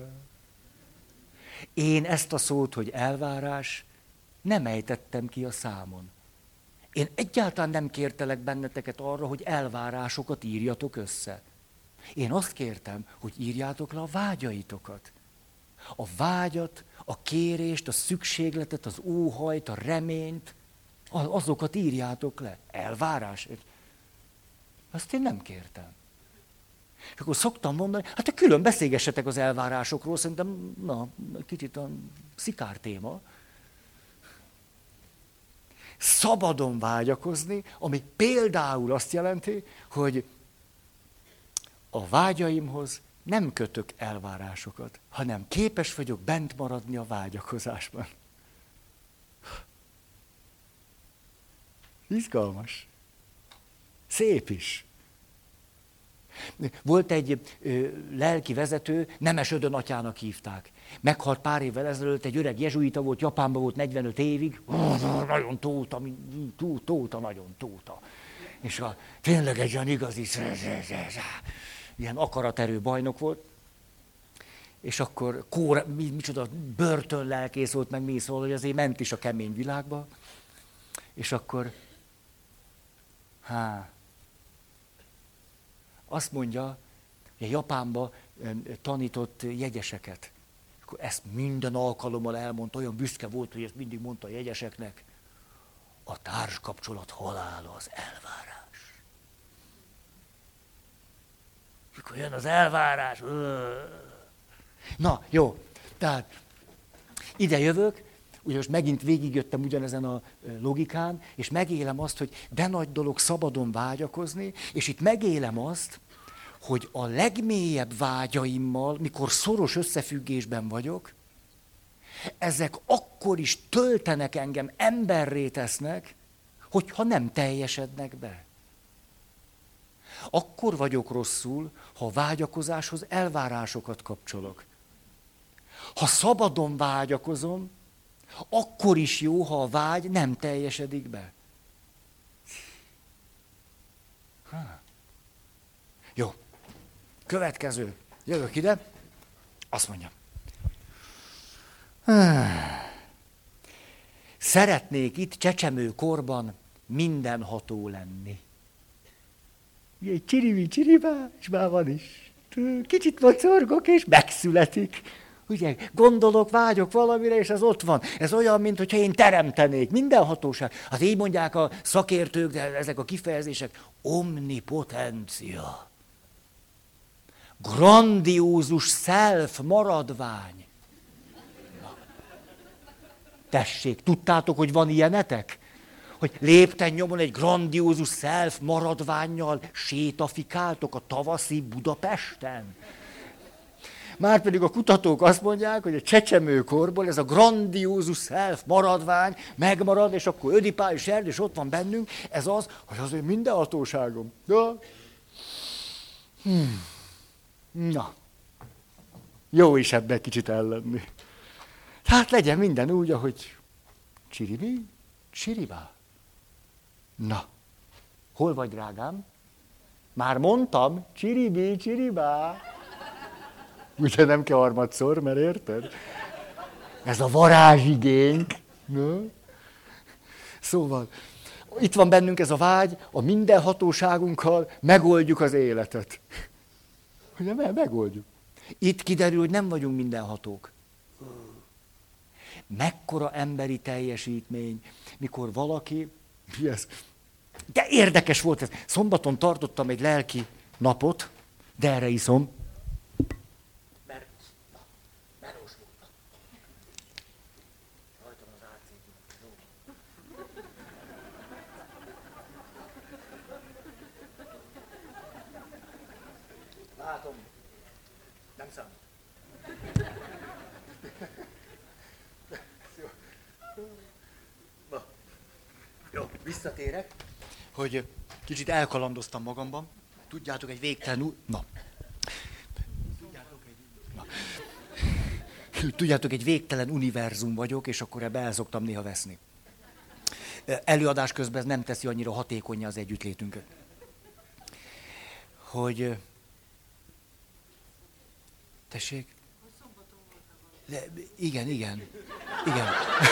Én ezt a szót, hogy elvárás, nem ejtettem ki a számon. Én egyáltalán nem kértelek benneteket arra, hogy elvárásokat írjatok össze. Én azt kértem, hogy írjátok le a vágyaitokat. A vágyat, a kérést, a szükségletet, az óhajt, a reményt, azokat írjátok le. Elvárás. Azt én nem kértem. És akkor szoktam mondani, hát te külön beszélgessetek az elvárásokról, szerintem, na, kicsit a szikár téma. Szabadon vágyakozni, ami például azt jelenti, hogy a vágyaimhoz nem kötök elvárásokat, hanem képes vagyok bent maradni a vágyakozásban. Izgalmas. Szép is. Volt egy ö, lelki vezető, Nemesödön atyának hívták. Meghalt pár évvel ezelőtt, egy öreg jezsuita volt, Japánban volt negyvenöt évig. Oh, nagyon tóta, tó, tóta, nagyon tóta. És a, tényleg egy olyan igazi, ilyen akaraterő bajnok volt. És akkor kóra, mi, micsoda börtönlelkész volt, meg mi, szóval, hogy azért ment is a kemény világba. És akkor Há. Azt mondja, hogy Japánban tanított jegyeseket. Akkor ezt minden alkalommal elmondta, olyan büszke volt, hogy ezt mindig mondta a jegyeseknek. A társkapcsolat halála az elvárás. Mikor jön az elvárás. Na, jó. Tehát ide jövök, ugye most megint végigjöttem ugyanezen a logikán, és megélem azt, hogy de nagy dolog szabadon vágyakozni, és itt megélem azt, hogy a legmélyebb vágyaimmal, mikor szoros összefüggésben vagyok, ezek akkor is töltenek engem, emberré tesznek, hogyha nem teljesednek be. Akkor vagyok rosszul, ha a vágyakozáshoz elvárásokat kapcsolok. Ha szabadon vágyakozom, akkor is jó, ha a vágy nem teljesedik be. Ha. Jó. Következő. Jövök ide. Azt mondja. Szeretnék itt csecsemő korban mindenható lenni. Egy csiribi csiribá, és már van is. Kicsit mocorgok, és megszületik. Ugye, gondolok, vágyok valamire, és ez ott van. Ez olyan, mintha én teremtenék. Mindenhatóság. Hát így mondják a szakértők, de ezek a kifejezések. Omnipotencia. Grandiózus self maradvány. Na. Tessék, tudtátok, hogy van ilyenetek? Hogy lépten nyomon egy grandiózus self maradvánnyal sétafikáltok a tavaszi Budapesten? Márpedig a kutatók azt mondják, hogy a csecsemőkorból ez a grandiózus self maradvány megmarad, és akkor ödipályos erdés ott van bennünk, ez az, hogy azért mindenhatóságom. Ja. Hmm. Na, jó is ebben kicsit ellenni. Hát legyen minden úgy, ahogy csiribi, csiribá. Na, hol vagy, drágám? Már mondtam, csiribi, csiribá. Ugye nem kell harmadszor, mert érted? Ez a varázsigénk. Na? Szóval, itt van bennünk ez a vágy, a mindenhatóságunkkal megoldjuk az életet. Ugye, megoldjuk. Itt kiderül, hogy nem vagyunk mindenhatók. Mekkora emberi teljesítmény, mikor valaki... Mi ez? De érdekes volt ez. Szombaton tartottam egy lelki napot, de erre iszom. Mert... Na, melós voltam. Rajtam az átszékben. Látom. Nem számít. Jó. Jó, visszatérek, hogy kicsit elkalandoztam magamban. Tudjátok, egy végtelen... U- Na. Tudjátok, egy... Na. Tudjátok, egy végtelen univerzum vagyok, és akkor ebbe el szoktam néha veszni. Előadás közben ez nem teszi annyira hatékonnyá az együttlétünket. Hogy... Tessék? De, igen, igen. Igen.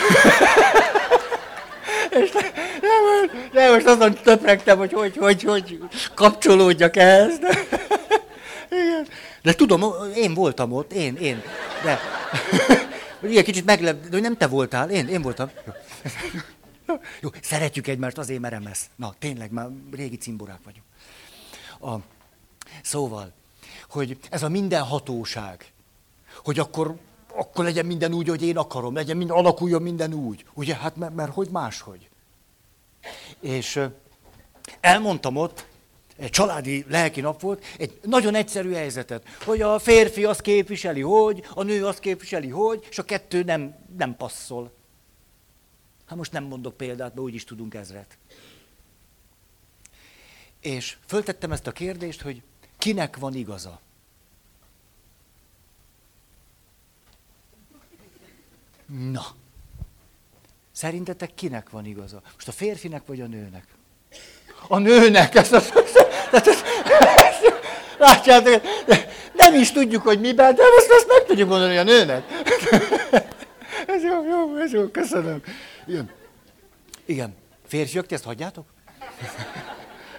És nem, nem, most azon töpregtem, hogy hogy, hogy, hogy kapcsolódjak ehhez. De, igen. De tudom, én voltam ott, én, én. De, igen, kicsit meglep, de nem te voltál, én, én voltam. Jó. Jó, szeretjük egymást, azért merem ezt. Na, tényleg, már régi cimborák vagyunk. A, szóval, hogy ez a mindenhatóság, hogy akkor, akkor legyen minden úgy, hogy én akarom, legyen minden, alakuljon minden úgy. Ugye, hát mert, mert hogy máshogy. És elmondtam ott, egy családi lelki nap volt, egy nagyon egyszerű helyzetet, hogy a férfi azt képviseli, hogy, a nő azt képviseli, hogy, és a kettő nem, nem passzol. Hát most nem mondok példát, mert úgyis tudunk ezret. És föltettem ezt a kérdést, hogy kinek van igaza? Na, szerintetek kinek van igaza? Most a férfinek vagy a nőnek? A nőnek! Ezt, ezt, ezt, ezt, látjátok, nem is tudjuk, hogy miben, de ezt, ezt meg tudjuk mondani, hogy a nőnek. Ez jó, jó, ez jó, köszönöm. Igen. Igen. Férfiak, ti ezt hagyjátok?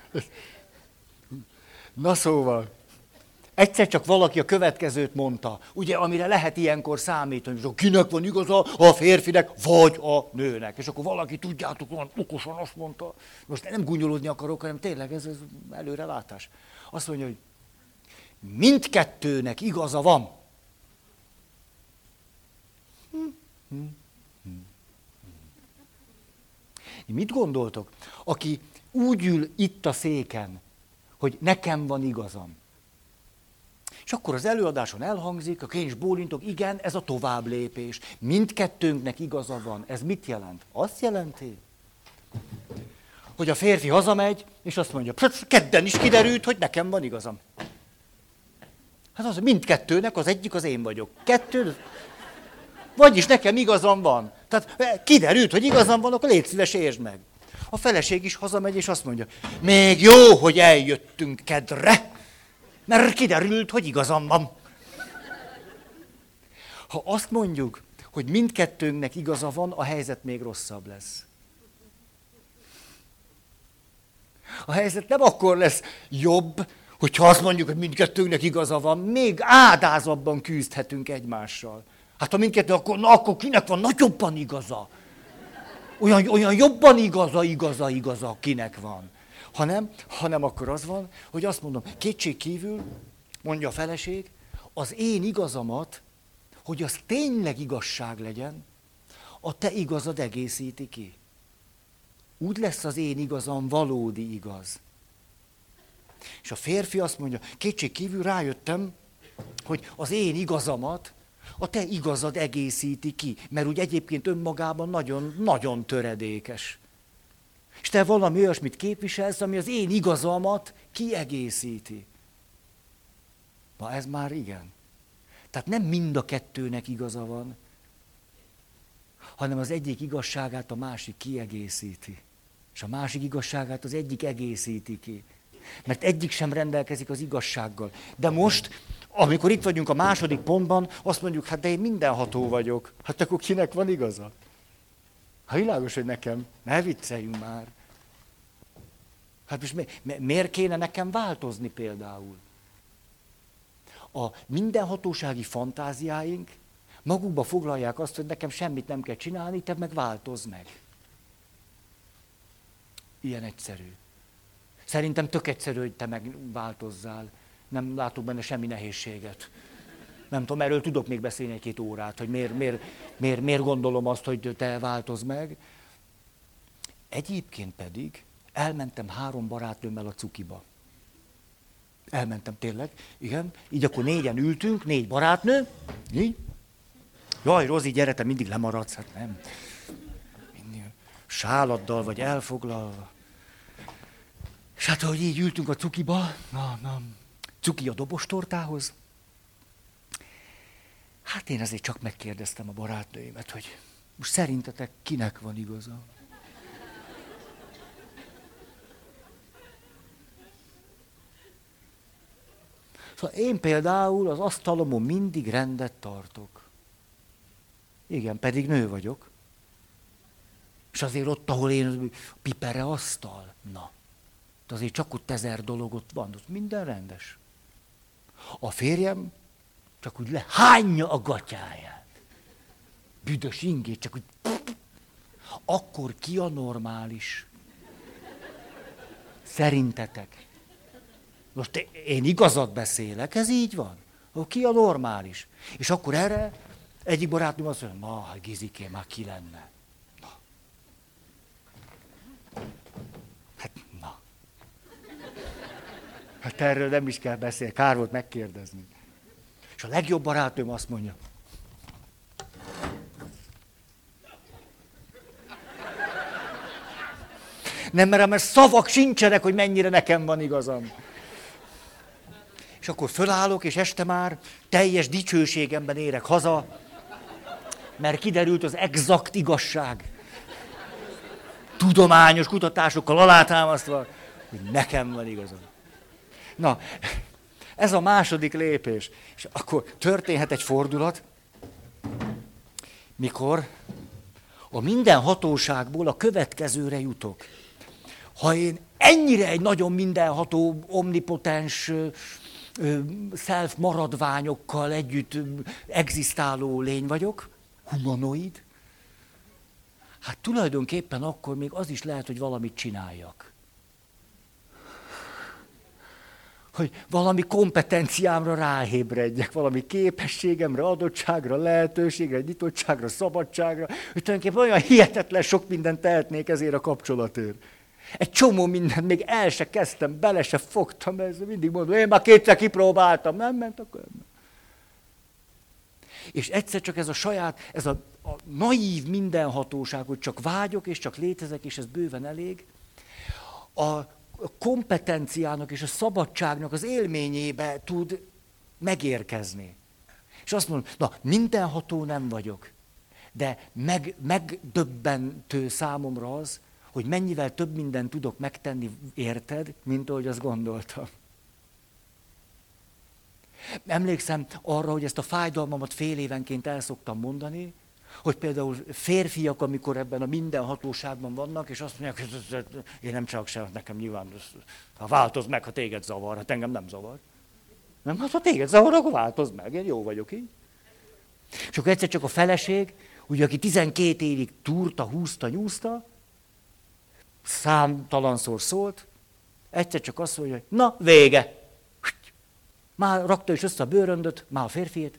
Na szóval, egyszer csak valaki a következőt mondta, ugye, amire lehet ilyenkor számítani, hogy kinek van igaza, a férfinek vagy a nőnek. És akkor valaki, tudjátok, olyan okosan azt mondta, most nem gúnyolódni akarok, hanem tényleg ez, ez előrelátás. Azt mondja, hogy mindkettőnek igaza van. Hm, hm, hm. Mit gondoltok? Aki úgy ül itt a széken, hogy nekem van igazam. És akkor az előadáson elhangzik, akkor én is bólintok, igen, ez a továbblépés. Mindkettőnknek igaza van. Ez mit jelent? Azt jelenti, hogy a férfi hazamegy, és azt mondja, kedden is kiderült, hogy nekem van igazam. Hát az, mindkettőnek, az egyik az én vagyok. Kettő, vagyis nekem igazam van. Tehát kiderült, hogy igazam van, akkor légy szíves, értsd meg. A feleség is hazamegy, és azt mondja, még jó, hogy eljöttünk kedre, mert kiderült, hogy igazam van. Ha azt mondjuk, hogy mindkettőnknek igaza van, a helyzet még rosszabb lesz. A helyzet nem akkor lesz jobb, hogyha azt mondjuk, hogy mindkettőnknek igaza van, még ádázabban küzdhetünk egymással. Hát ha mindkettő, akkor, na, akkor kinek van nagyobban igaza? Olyan, olyan jobban igaza, igaza, igaza, kinek van. Hanem, hanem akkor az van, hogy azt mondom, kétség kívül, mondja a feleség, az én igazamat, hogy az tényleg igazság legyen, a te igazad egészíti ki. Úgy lesz az én igazam valódi igaz. És a férfi azt mondja, kétség kívül rájöttem, hogy az én igazamat a te igazad egészíti ki, mert úgy egyébként önmagában nagyon, nagyon töredékes. És te valami olyasmit képviselsz, ami az én igazamat kiegészíti. Na ez már igen. Tehát nem mind a kettőnek igaza van, hanem az egyik igazságát a másik kiegészíti. És a másik igazságát az egyik egészíti ki. Mert egyik sem rendelkezik az igazsággal. De most, amikor itt vagyunk a második pontban, azt mondjuk, hát de én mindenható vagyok. Hát akkor kinek van igaza? Ha világos, hogy nekem, ne vicceljünk már. Hát most mi, miért kéne nekem változni például? A mindenhatósági fantáziáink magukba foglalják azt, hogy nekem semmit nem kell csinálni, te meg változz meg. Ilyen egyszerű. Szerintem tök egyszerű, hogy te megváltozzál. Nem látok benne semmi nehézséget. Nem tudom, erről tudok még beszélni egy-két órát, hogy miért, miért, miért, miért gondolom azt, hogy te változz meg. Egyébként pedig elmentem három barátnőmmel a cukiba. Elmentem tényleg, igen. Így akkor négyen ültünk, négy barátnő. Így. Jaj, Rozi, gyere, te mindig lemaradsz, hát nem. Mindig sáladdal vagy elfoglalva. És hát, ahogy így ültünk a cukiba, na, na, cuki a dobostortához, hát én azért csak megkérdeztem a barátnőimet, hogy most szerintetek kinek van igaza? Szóval én például az asztalomon mindig rendet tartok. Igen, pedig nő vagyok. És azért ott, ahol én pipere asztal, na. De azért csak ott ezer dolog ott van, ott minden rendes. A férjem csak úgy lehányja a gatyáját. Büdös ingét, csak úgy... Akkor ki a normális? Szerintetek? Most én igazat beszélek, ez így van. Akkor ki a normális? És akkor erre egyik barátnőm azt mondja, na, hát Gizikém, már ki lenne? Na. Hát, na. Hát erről nem is kell beszélni, kár volt megkérdezni. És a legjobb barátnőm azt mondja, nem merem, mert szavak sincsenek, hogy mennyire nekem van igazam. És akkor fölállok, és este már teljes dicsőségemben érek haza, mert kiderült az exakt igazság. Tudományos kutatásokkal alátámasztva, hogy nekem van igazam. Na, ez a második lépés. És akkor történhet egy fordulat, mikor a minden hatóságból a következőre jutok. Ha én ennyire egy nagyon mindenható, omnipotens self maradványokkal együtt egzisztáló lény vagyok, humanoid. Hát tulajdonképpen akkor még az is lehet, hogy valamit csináljak. Hogy valami kompetenciámra ráébredjek, valami képességemre, adottságra, lehetőségre, nyitottságra, szabadságra, hogy tulajdonképpen olyan hihetetlen sok mindent tehetnék ezért a kapcsolatért. Egy csomó mindent még el se kezdtem, bele se fogtam, ez mindig mondom, én már kétszer kipróbáltam, nem ment, akkor nem. És egyszer csak ez a saját, ez a, a naív mindenhatóság, hogy csak vágyok, és csak létezek, és ez bőven elég, a kompetenciának és a szabadságnak az élményébe tud megérkezni. És azt mondom, na, mindenható nem vagyok, de meg, megdöbbentő számomra az, hogy mennyivel több mindent tudok megtenni, érted, mint ahogy azt gondoltam. Emlékszem arra, hogy ezt a fájdalmamat fél évenként el szoktam mondani, hogy például férfiak, amikor ebben a mindenhatóságban vannak, és azt mondják, hogy én nem csak sem, nekem nyilván, ha változ meg, ha téged zavar, hát engem nem zavar. Nem, hát ha téged zavar, akkor változ meg, én jó vagyok így. És akkor egyszer csak a feleség, ugye aki tizenkét évig túrta, húzta, nyúzta, számtalanszor szólt, egyszer csak azt mondja, hogy na, vége. Már rakta is össze a bőröndöt, már a férfiét.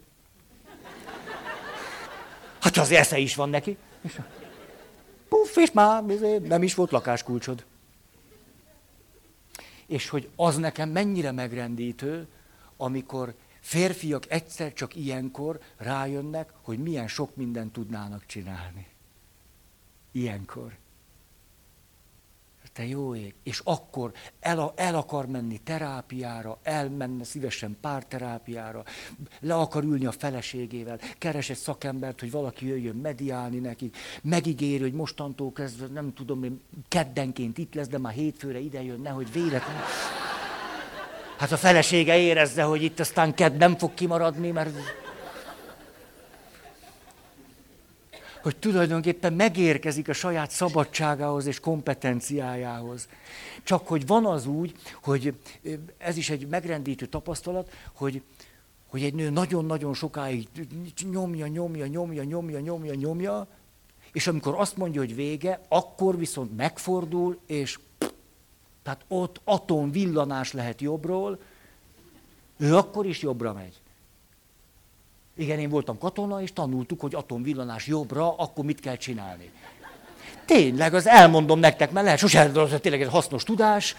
Hát az esze is van neki. Puff, és már nem is volt lakáskulcsod. És hogy az nekem mennyire megrendítő, amikor férfiak egyszer csak ilyenkor rájönnek, hogy milyen sok mindent tudnának csinálni. Ilyenkor. Te jó ég. És akkor el, el akar menni terápiára, elmenne szívesen párterápiára, le akar ülni a feleségével, keres egy szakembert, hogy valaki jöjjön mediálni neki, megígéri, hogy mostantól kezdve, nem tudom, én keddenként itt lesz, de már hétfőre ide jön, nehogy véletlenül. Hát a felesége érezze, hogy itt aztán kedd nem fog kimaradni, mert... hogy tulajdonképpen megérkezik a saját szabadságához és kompetenciájához. Csak hogy van az úgy, hogy ez is egy megrendítő tapasztalat, hogy, hogy egy nő nagyon-nagyon sokáig nyomja, nyomja, nyomja, nyomja, nyomja, nyomja, és amikor azt mondja, hogy vége, akkor viszont megfordul, és tehát ott atomvillanás lehet jobbról, ő akkor is jobbra megy. Igen, én voltam katona, és tanultuk, hogy atomvillanás jobbra, akkor mit kell csinálni. Tényleg, az elmondom nektek, mert lehet sosem, tényleg ez hasznos tudás.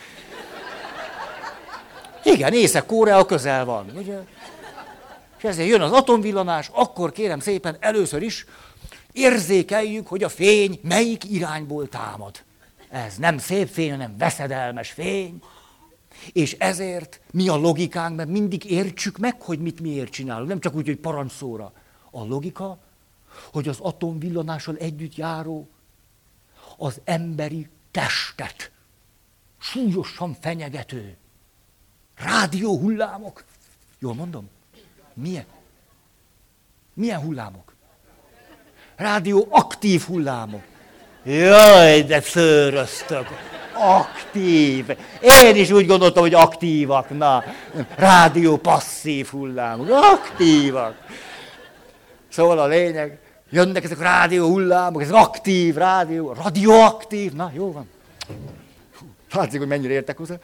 Igen, Észak-Korea közel van. Ugye? És ezért jön az atomvillanás, akkor kérem szépen először is érzékeljük, hogy a fény melyik irányból támad. Ez nem szép fény, hanem veszedelmes fény. És ezért mi a logikánk, mert mindig értsük meg, hogy mit miért csinálunk. Nem csak úgy, hogy parancsszóra. A logika, hogy az atomvillanással együtt járó az emberi testet súlyosan fenyegető rádióhullámok. Jól mondom? Milyen? Milyen hullámok? Rádióaktív hullámok. Jaj, de szőröztök. Aktív. Én is úgy gondoltam, hogy aktívak. Na, rádió passzív hullámok. Aktívak. Szóval a lényeg, jönnek ezek a rádió hullámok, ez aktív rádió, radioaktív. Na, jó van. Látszik, hogy mennyire értek hozzá.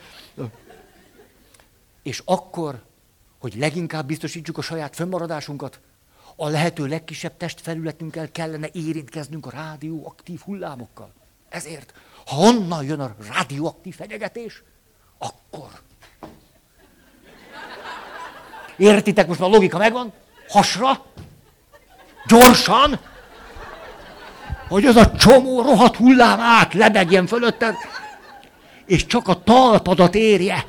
És akkor, hogy leginkább biztosítsuk a saját fönnmaradásunkat, a lehető legkisebb testfelületünkkel kellene érintkeznünk a rádióaktív hullámokkal. Ezért, ha onnan jön a rádióaktív fenyegetés, akkor. Értitek, most már a logika megvan? Hasra, gyorsan, hogy az a csomó rohadt hullám át lebegjen fölötted, és csak a talpadat érje.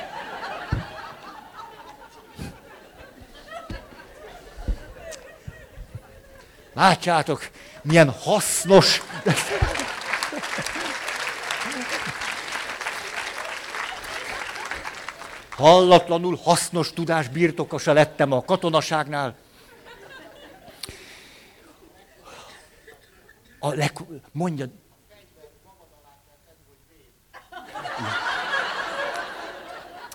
Látjátok, milyen hasznos... Hallatlanul hasznos tudás birtokosa lettem a katonaságnál. A leg... Mondjad...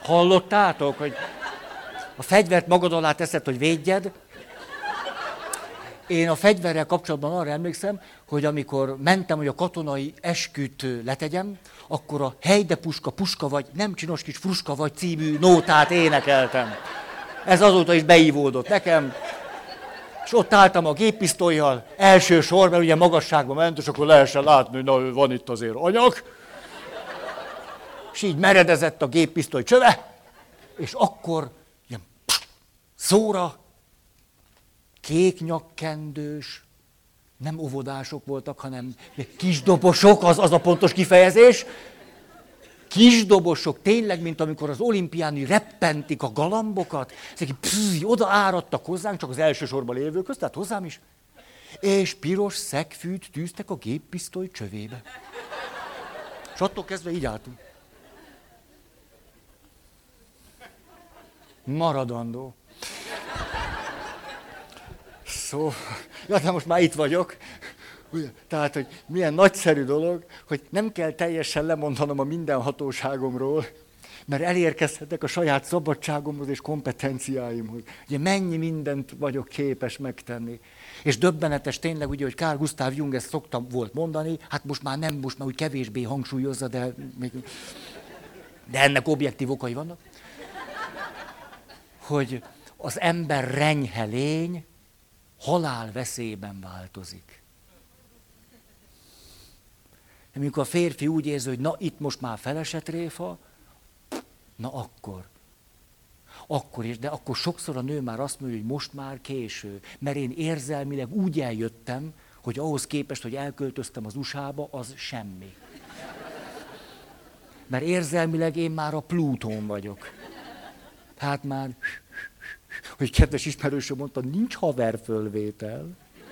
Hallottátok, hogy a fegyvert magad alá teszed, hogy védjed? Én a fegyverrel kapcsolatban arra emlékszem, hogy amikor mentem, hogy a katonai esküt letegyem, akkor a Hejde puska, puska vagy, nem csinos kis fruska vagy című nótát énekeltem. Ez azóta is beívódott nekem. És ott álltam a géppisztollyal, első sor, mert ugye magasságba ment, és akkor lehessen látni, hogy na, van itt azért anyag. És így meredezett a géppisztoly csöve, és akkor ilyen szóra, kék nyakkendős, nem óvodások voltak, hanem kisdobosok, az, az a pontos kifejezés. Kisdobosok, tényleg, mint amikor az olimpián reppentik a galambokat, ezek psz, oda áradtak hozzánk, csak az első sorban lévő közt, tehát hozzám is, és piros szegfűt tűztek a géppisztoly csövébe. És attól kezdve így álltunk. Maradandó. Szóval, ja, de most már itt vagyok. Ugye, tehát, hogy milyen nagyszerű dolog, hogy nem kell teljesen lemondanom a mindenhatóságomról, mert elérkezhetek a saját szabadságomhoz és kompetenciáimhoz. Ugye mennyi mindent vagyok képes megtenni. És döbbenetes tényleg, ugye, hogy Carl Gustav Jung ezt szoktam volt mondani, hát most már nem, most már úgy kevésbé hangsúlyozza, de, még, de ennek objektív okai vannak, hogy az ember renyhe lény halál veszélyben változik. Amikor a férfi úgy érzi, hogy na itt most már felesett réfa, na akkor. Akkor is, de akkor sokszor a nő már azt mondja, hogy most már késő. Mert én érzelmileg úgy eljöttem, hogy ahhoz képest, hogy elköltöztem az u es á-ba, az semmi. Mert érzelmileg én már a Plutón vagyok. Hát már, hogy kedves ismerősöm mondta, nincs haverfölvétel.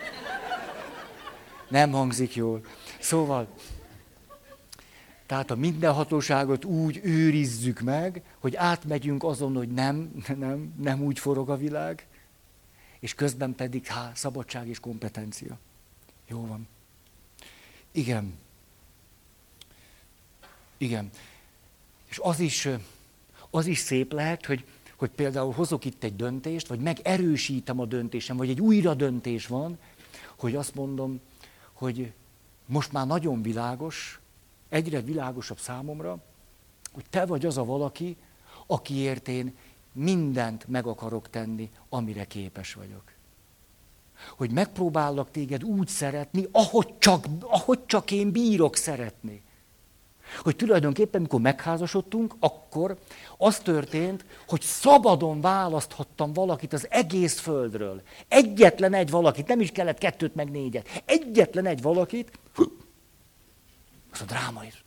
Nem hangzik jól. Szóval, tehát a mindenhatóságot úgy őrizzük meg, hogy átmegyünk azon, hogy nem, nem, nem úgy forog a világ, és közben pedig há, szabadság és kompetencia. Jó van. Igen. Igen. És az is, az is szép lehet, hogy, hogy például hozok itt egy döntést, vagy megerősítem a döntésem, vagy egy újra döntés van, hogy azt mondom, hogy most már nagyon világos, egyre világosabb számomra, hogy te vagy az a valaki, akiért én mindent meg akarok tenni, amire képes vagyok. Hogy megpróbállak téged úgy szeretni, ahogy csak, ahogy csak én bírok szeretni. Hogy tulajdonképpen, amikor megházasodtunk, akkor az történt, hogy szabadon választhattam valakit az egész földről. Egyetlen egy valakit, nem is kellett kettőt meg négyet. Egyetlen egy valakit, az a dráma is.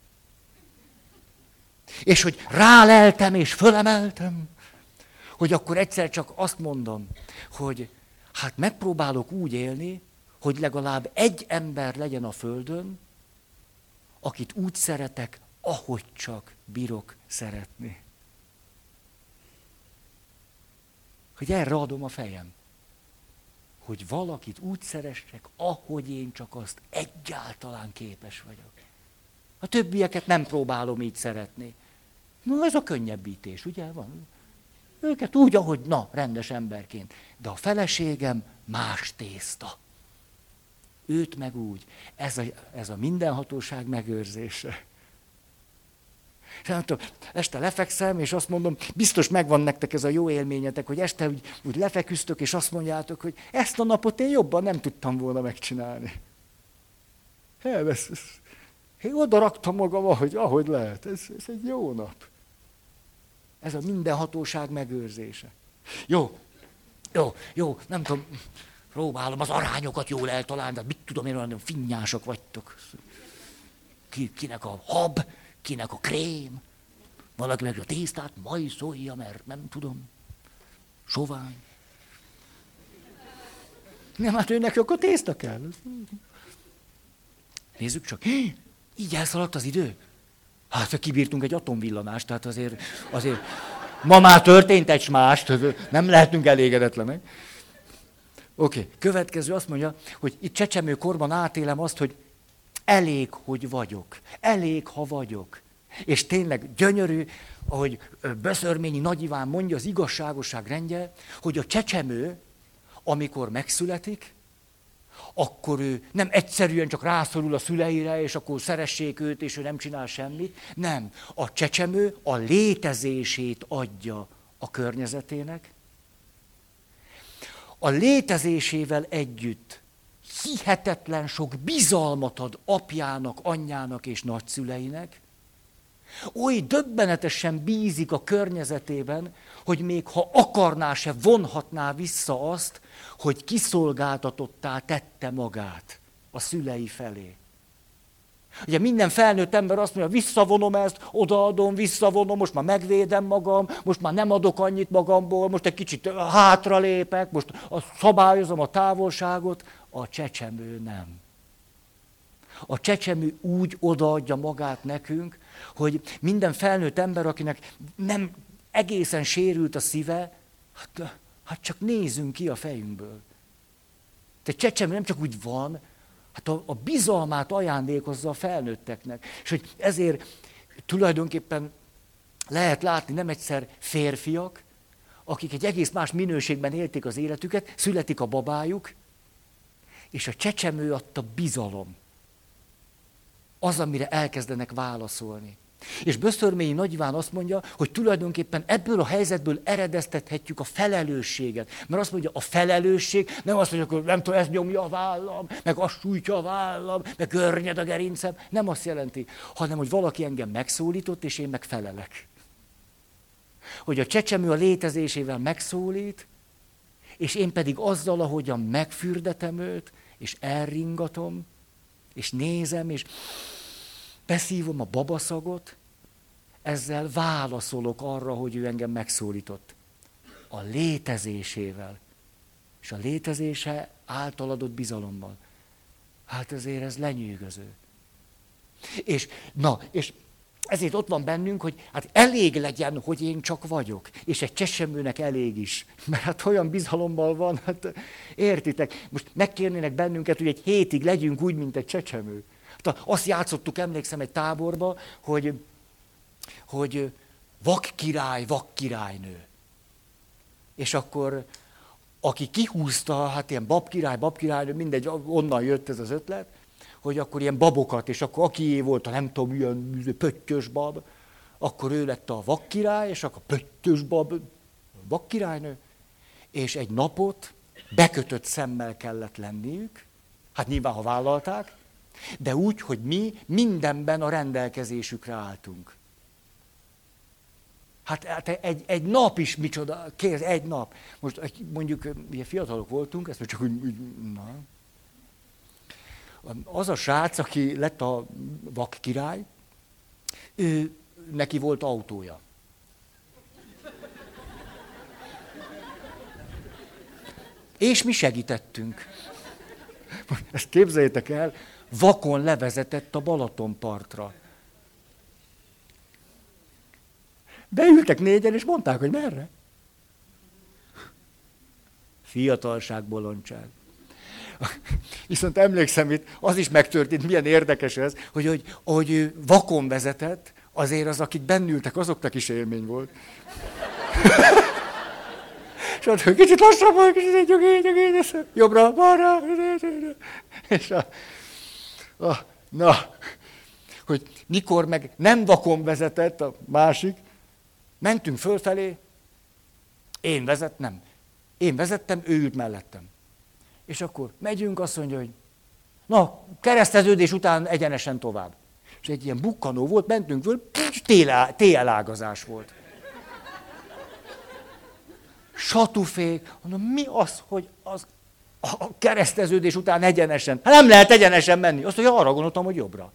És hogy ráleltem és fölemeltem, hogy akkor egyszer csak azt mondom, hogy hát megpróbálok úgy élni, hogy legalább egy ember legyen a földön, akit úgy szeretek, ahogy csak bírok szeretni. Hogy erre adom a fejem. Hogy valakit úgy szeressek, ahogy én csak azt egyáltalán képes vagyok. A többieket nem próbálom így szeretni. Na, ez a könnyebbítés, ugye? Van. Őket úgy, ahogy, na, rendes emberként. De a feleségem más tészta. Őt meg úgy. Ez a, ez a mindenhatóság megőrzése. És nem tudom, este lefekszem, és azt mondom, biztos megvan nektek ez a jó élményetek, hogy este úgy, úgy lefeküztök, és azt mondjátok, hogy ezt a napot én jobban nem tudtam volna megcsinálni. Elvesz, én oda raktam magam, ahogy, ahogy lehet. Ez, ez egy jó nap. Ez a mindenhatóság megőrzése. Jó, jó, jó, nem tudom, próbálom az arányokat jól eltalálni, de mit tudom én, olyan finnyások vagytok. Ki, kinek a hab, kinek a krém, valaki meg a tésztát majszolja, mert nem tudom, sovány. Nem, hát őnek akkor tészta kell. Nézzük csak, hí, így elszaladt az idő. Hát kibírtunk egy atomvillanást, tehát azért, azért ma már történt egy más, nem lehetünk elégedetlenek. Oké, okay. Következő azt mondja, hogy itt csecsemőkorban átélem azt, hogy elég, hogy vagyok. Elég, ha vagyok. És tényleg gyönyörű, ahogy Beszörményi Nagy Iván mondja, az igazságosság rendje, hogy a csecsemő, amikor megszületik, akkor ő nem egyszerűen csak rászorul a szüleire, és akkor szeressék őt, és ő nem csinál semmit. Nem. A csecsemő a létezését adja a környezetének. A létezésével együtt hihetetlen sok bizalmat ad apjának, anyjának és nagyszüleinek. Oly döbbenetesen bízik a környezetében, hogy még ha akarná, se vonhatná vissza azt, hogy kiszolgáltatottá tette magát a szülei felé. Ugye minden felnőtt ember azt mondja, visszavonom ezt, odaadom, visszavonom, most már megvédem magam, most már nem adok annyit magamból, most egy kicsit hátralépek, most szabályozom a távolságot. A csecsemő nem. A csecsemő úgy odaadja magát nekünk, hogy minden felnőtt ember, akinek nem egészen sérült a szíve, hát, hát csak nézzünk ki a fejünkből. Te csecsemő nem csak úgy van, hát a, a bizalmát ajándékozza a felnőtteknek. És hogy ezért tulajdonképpen lehet látni nem egyszer férfiak, akik egy egész más minőségben élték az életüket, születik a babájuk, és a csecsemő adta bizalom. Az, amire elkezdenek válaszolni. És Beszörményi Nagy Iván azt mondja, hogy tulajdonképpen ebből a helyzetből eredeztethetjük a felelősséget. Mert azt mondja, a felelősség nem azt mondja, hogy nem tudom, ez nyomja a vállam, meg azt sújtja a vállam, meg görnyed a gerincem. Nem azt jelenti, hanem hogy valaki engem megszólított, és én meg felelek. Hogy a csecsemő a létezésével megszólít, és én pedig azzal, ahogyan megfürdetem őt, és elringatom, és nézem, és beszívom a babaszagot, ezzel válaszolok arra, hogy ő engem megszólított. A létezésével. És a létezése által adott bizalommal. Hát azért ez lenyűgöző. És, na, és ezért ott van bennünk, hogy hát elég legyen, hogy én csak vagyok. És egy csecsemőnek elég is. Mert hát olyan bizalommal van, hát értitek. Most megkérnének bennünket, hogy egy hétig legyünk úgy, mint egy csecsemő. Hát azt játszottuk, emlékszem egy táborba, hogy, hogy vak király, vak királynő. És akkor aki kihúzta, hát ilyen babkirály, babkirálynő, mindegy, onnan jött ez az ötlet, hogy akkor ilyen babokat, és akkor akié volt a nem tudom, ilyen pöttyös bab, akkor ő lett a vakkirály, és akkor pöttyös bab, vakkirálynő, és egy napot bekötött szemmel kellett lenniük, hát nyilván, ha vállalták, de úgy, hogy mi mindenben a rendelkezésükre álltunk. Hát, hát egy, egy nap is micsoda, kész, egy nap. Most mondjuk, ugye fiatalok voltunk, ezt most csak úgy, úgy na. Az a srác, aki lett a vak király, ő, neki volt autója. És mi segítettünk. Ezt képzeljétek el, vakon levezetett a Balatonpartra. Beültek négyen, és mondták, hogy merre. Fiatalság, bolondság. Viszont emlékszem itt, az is megtörtént, milyen érdekes ez, hogy, hogy ahogy ő vakon vezetett, azért az, akik bennültek, azoknak is élmény volt. És ott, hogy kicsit lassabban, kicsit nyugi, nyugi, jobbra, balra. És a, a, na, hogy mikor meg nem vakon vezetett a másik, mentünk fölfelé, én vezettem, én vezettem, ő ült mellettem. És akkor megyünk, azt mondja, hogy na, kereszteződés után egyenesen tovább. És egy ilyen bukkanó volt, mentünk föl, té el-ágazás volt. Satufék, mondom, mi az, hogy az a kereszteződés után egyenesen? Hát nem lehet egyenesen menni. Azt mondja, arra gondoltam, hogy jobbra.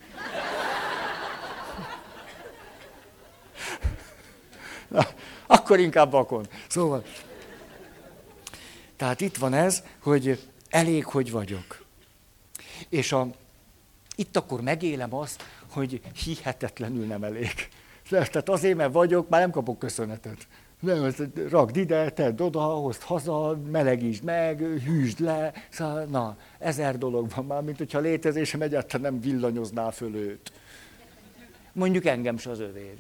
Na, akkor inkább vakon. Szóval, tehát itt van ez, hogy elég, hogy vagyok. És a, itt akkor megélem azt, hogy hihetetlenül nem elég. Tehát azért, mert vagyok, már nem kapok köszönetet. Nem, rakd ide, tedd oda, hozd haza, melegítsd meg, hűsd le. Szóval, na, ezer dolog van már, mint hogyha létezésem egyáltalán nem villanyozná föl őt. Mondjuk engem se az övé.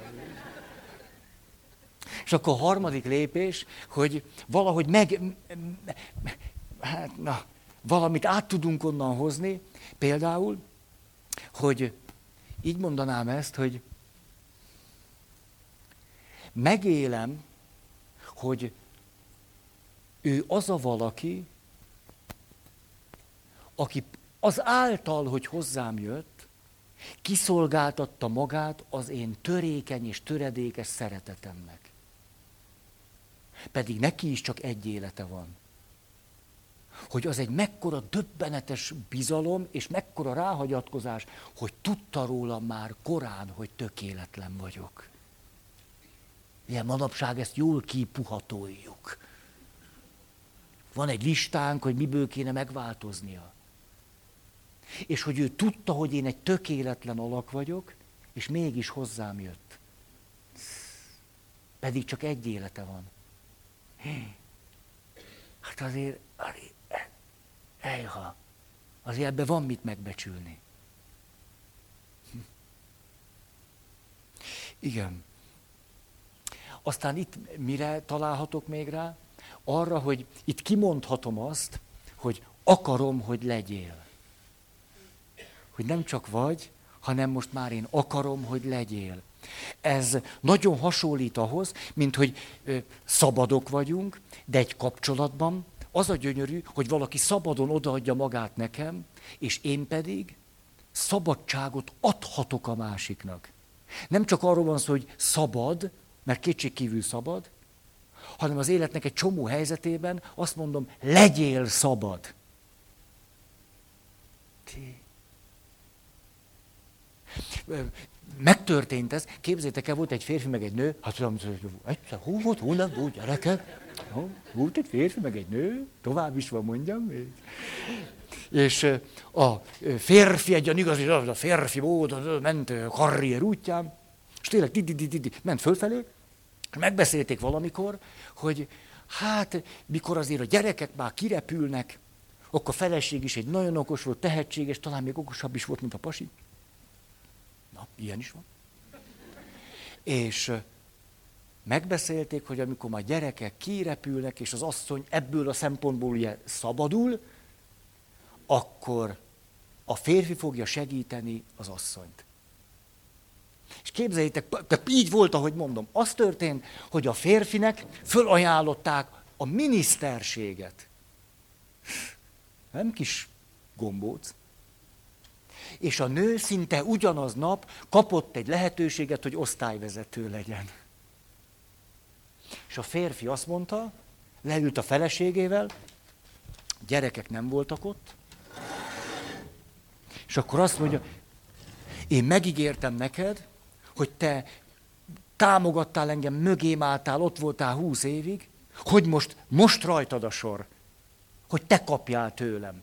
És akkor a harmadik lépés, hogy valahogy meg, hát, na, valamit át tudunk onnan hozni, például, hogy így mondanám ezt, hogy megélem, hogy ő az a valaki, aki az által, hogy hozzám jött, kiszolgáltatta magát az én törékeny és töredékes szeretetemnek. Pedig neki is csak egy élete van. Hogy az egy mekkora döbbenetes bizalom, és mekkora ráhagyatkozás, hogy tudta rólam már korán, hogy tökéletlen vagyok. Ilyen manapság ezt jól kipuhatoljuk. Van egy listánk, hogy miből kéne megváltoznia. És hogy ő tudta, hogy én egy tökéletlen alak vagyok, és mégis hozzám jött. Pedig csak egy élete van. Hát azért, azért ejha, azért ebben van mit megbecsülni. Igen. Aztán itt mire találhatok még rá? Arra, hogy itt kimondhatom azt, hogy akarom, hogy legyél. Hogy nem csak vagy, hanem most már én akarom, hogy legyél. Ez nagyon hasonlít ahhoz, mint hogy ö, szabadok vagyunk, de egy kapcsolatban az a gyönyörű, hogy valaki szabadon odaadja magát nekem, és én pedig szabadságot adhatok a másiknak. Nem csak arról van szó, hogy szabad, mert kétségkívül szabad, hanem az életnek egy csomó helyzetében azt mondom, legyél szabad. Megtörtént ez, képzeljétek el, volt egy férfi, meg egy nő, hát tudom, egyszer, hú, volt, hú, nem, volt, gyerekek, volt egy férfi, meg egy nő, tovább is van, mondjam még. És a férfi, egy olyan igazi, a férfi módon ment karrier útján, és tényleg di, di, di, di, ment fölfelé, és megbeszélték valamikor, hogy hát, mikor azért a gyerekek már kirepülnek, akkor a feleség is egy nagyon okos volt, tehetséges, talán még okosabb is volt, mint a pasi. Na, ilyen is van. És megbeszélték, hogy amikor már gyerekek kirepülnek, és az asszony ebből a szempontból ugye szabadul, akkor a férfi fogja segíteni az asszonyt. És képzeljétek, de így volt, ahogy mondom. Az történt, hogy a férfinek fölajánlották a miniszterséget. Nem kis gombóc. És a nő szinte ugyanaznap kapott egy lehetőséget, hogy osztályvezető legyen. És a férfi azt mondta, leült a feleségével, gyerekek nem voltak ott, és akkor azt mondja, én megígértem neked, hogy te támogattál engem, mögém álltál, ott voltál húsz évig, hogy most, most rajtad a sor, hogy te kapjál tőlem.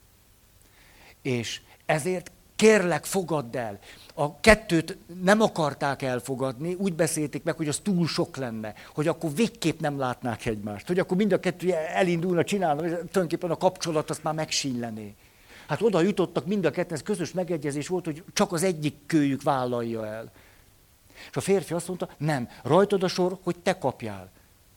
És ezért kérlek, fogadd el. A kettőt nem akarták elfogadni, úgy beszélték meg, hogy az túl sok lenne, hogy akkor végképp nem látnák egymást, hogy akkor mind a kettő elindulna, csinálna, tulajdonképpen a kapcsolat azt már megsínlené. Hát oda jutottak mind a ketten, ez közös megegyezés volt, hogy csak az egyik kőjük vállalja el. És a férfi azt mondta, nem, rajtad a sor, hogy te kapjál.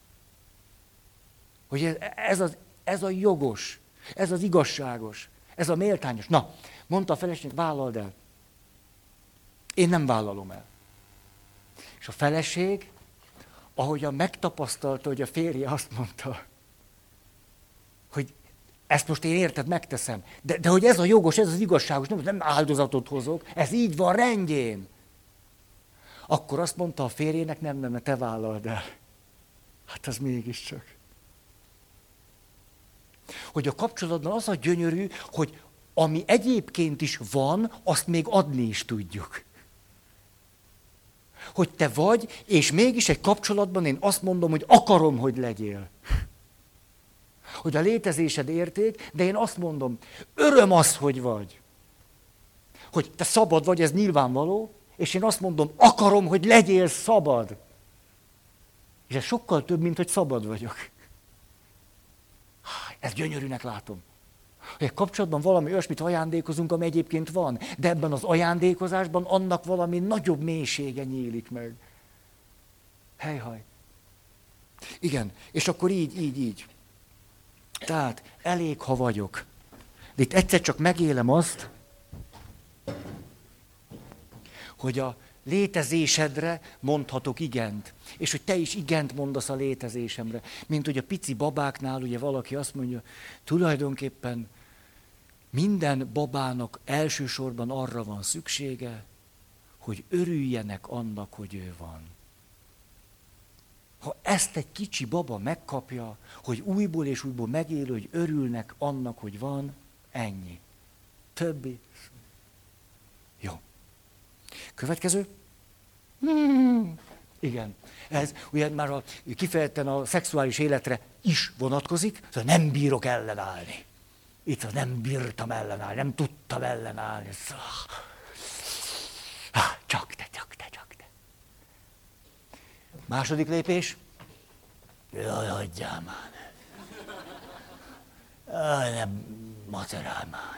Hogy ez, ez, az, ez a jogos, ez az igazságos, ez a méltányos. Na, mondta a feleség, vállald el. Én nem vállalom el. És a feleség, ahogyan megtapasztalta, hogy a férje azt mondta, hogy ezt most én érted, megteszem. De, de hogy ez a jogos, ez az igazságos, nem, nem áldozatot hozok, ez így van rendjén. Akkor azt mondta a férjének, nem, nem, te vállald el. Hát az mégiscsak. Hogy a kapcsolatban az a gyönyörű, hogy ami egyébként is van, azt még adni is tudjuk. Hogy te vagy, és mégis egy kapcsolatban én azt mondom, hogy akarom, hogy legyél. Hogy a létezésed érték, de én azt mondom, öröm az, hogy vagy. Hogy te szabad vagy, ez nyilvánvaló, és én azt mondom, akarom, hogy legyél szabad. És ez sokkal több, mint hogy szabad vagyok. Ezt gyönyörűnek látom. Hogy kapcsolatban valami olyasmit ajándékozunk, ami egyébként van, de ebben az ajándékozásban annak valami nagyobb mélysége nyílik meg. Helyhaj. Igen, és akkor így, így, így. Tehát elég, ha vagyok. De itt egyszer csak megélem azt, hogy a létezésedre mondhatok igent. És hogy te is igent mondasz a létezésemre. Mint hogy a pici babáknál ugye valaki azt mondja, tulajdonképpen minden babának elsősorban arra van szüksége, hogy örüljenek annak, hogy ő van. Ha ezt egy kicsi baba megkapja, hogy újból és újból megélő, hogy örülnek annak, hogy van, ennyi. Többi. Jó. Következő. Hmm. Igen. Ez ugye már a, kifejezetten a szexuális életre is vonatkozik, szóval nem bírok ellenállni. Itt az nem bírtam ellenállni, nem tudtam ellenállni. Csak te, csak te, csak te. Második lépés. Jaj, hagyjál már. Jaj, nem macerál már.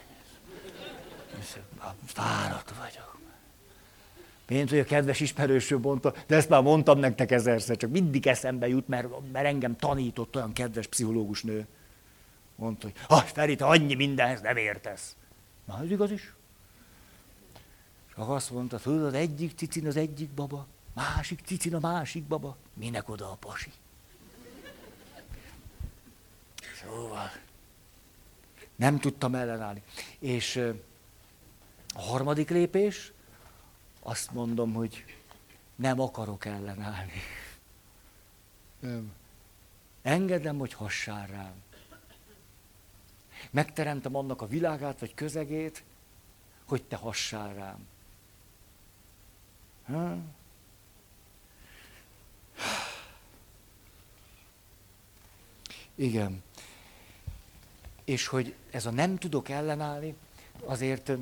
Fáradt vagyok. Mint hogy a kedves ismerősöm mondta, de ezt már mondtam nektek ezerszer, csak mindig eszembe jut, mert, mert engem tanított olyan kedves pszichológus nő. Mondta, hogy ha, Feri, te annyi mindenhez nem értesz. Na, ez igaz is. Csak azt mondta, tudod, egyik cicin az egyik baba, másik cicin a másik baba, minek oda a pasi. Szóval nem tudtam ellenállni. És a harmadik lépés, azt mondom, hogy nem akarok ellenállni. Nem. Engedem, hogy hassál rám. Megteremtem annak a világát, vagy közegét, hogy te hassál rám. Ha? Igen. És hogy ez a nem tudok ellenállni, azért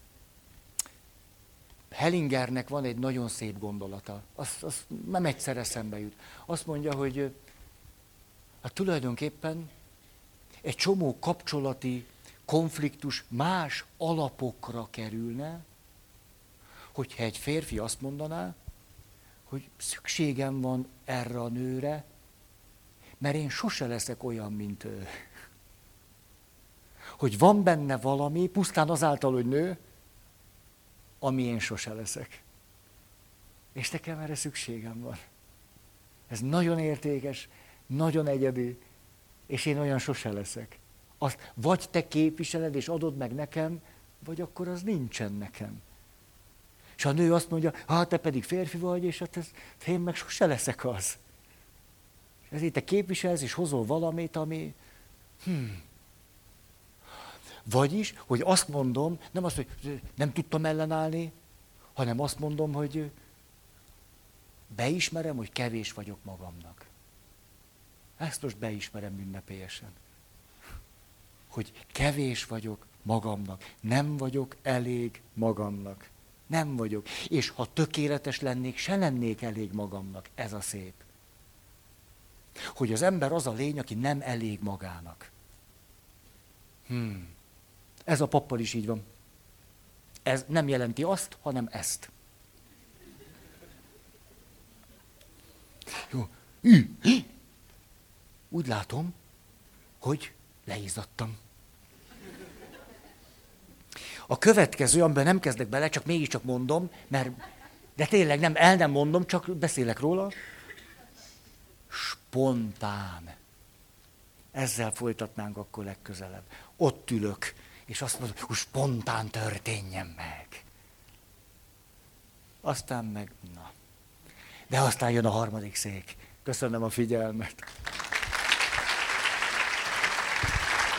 Hellingernek van egy nagyon szép gondolata. Az, az nem egyszer eszembe jut. Azt mondja, hogy hát tulajdonképpen egy csomó kapcsolati konfliktus más alapokra kerülne, hogyha egy férfi azt mondaná, hogy szükségem van erre a nőre, mert én sose leszek olyan, mint ő. Hogy van benne valami, pusztán azáltal, hogy nő, ami én sose leszek. És nekem erre szükségem van. Ez nagyon értékes, nagyon egyedi, és én olyan sose leszek. Azt vagy te képviseled és adod meg nekem, vagy akkor az nincsen nekem. És a nő azt mondja, hát te pedig férfi vagy, és hát ez, én meg sose leszek az. Ezért te képviselsz és hozol valamit, ami... Hmm. Vagyis, hogy azt mondom, nem azt, hogy nem tudtam ellenállni, hanem azt mondom, hogy beismerem, hogy kevés vagyok magamnak. Ezt most beismerem ünnepélyesen. Hogy kevés vagyok magamnak. Nem vagyok elég magamnak. Nem vagyok. És ha tökéletes lennék, se lennék elég magamnak. Ez a szép. Hogy az ember az a lény, aki nem elég magának. Hmm. Ez a pappal is így van. Ez nem jelenti azt, hanem ezt. Jó. Úgy látom, hogy leizzadtam. A következő, amiben nem kezdek bele, csak mégiscsak mondom, mert, de tényleg nem, el nem mondom, csak beszélek róla. Spontán. Ezzel folytatnánk akkor legközelebb. Ott ülök, és azt mondom, hogy spontán történjen meg. Aztán meg, na. De aztán jön a harmadik szék. Köszönöm a figyelmet.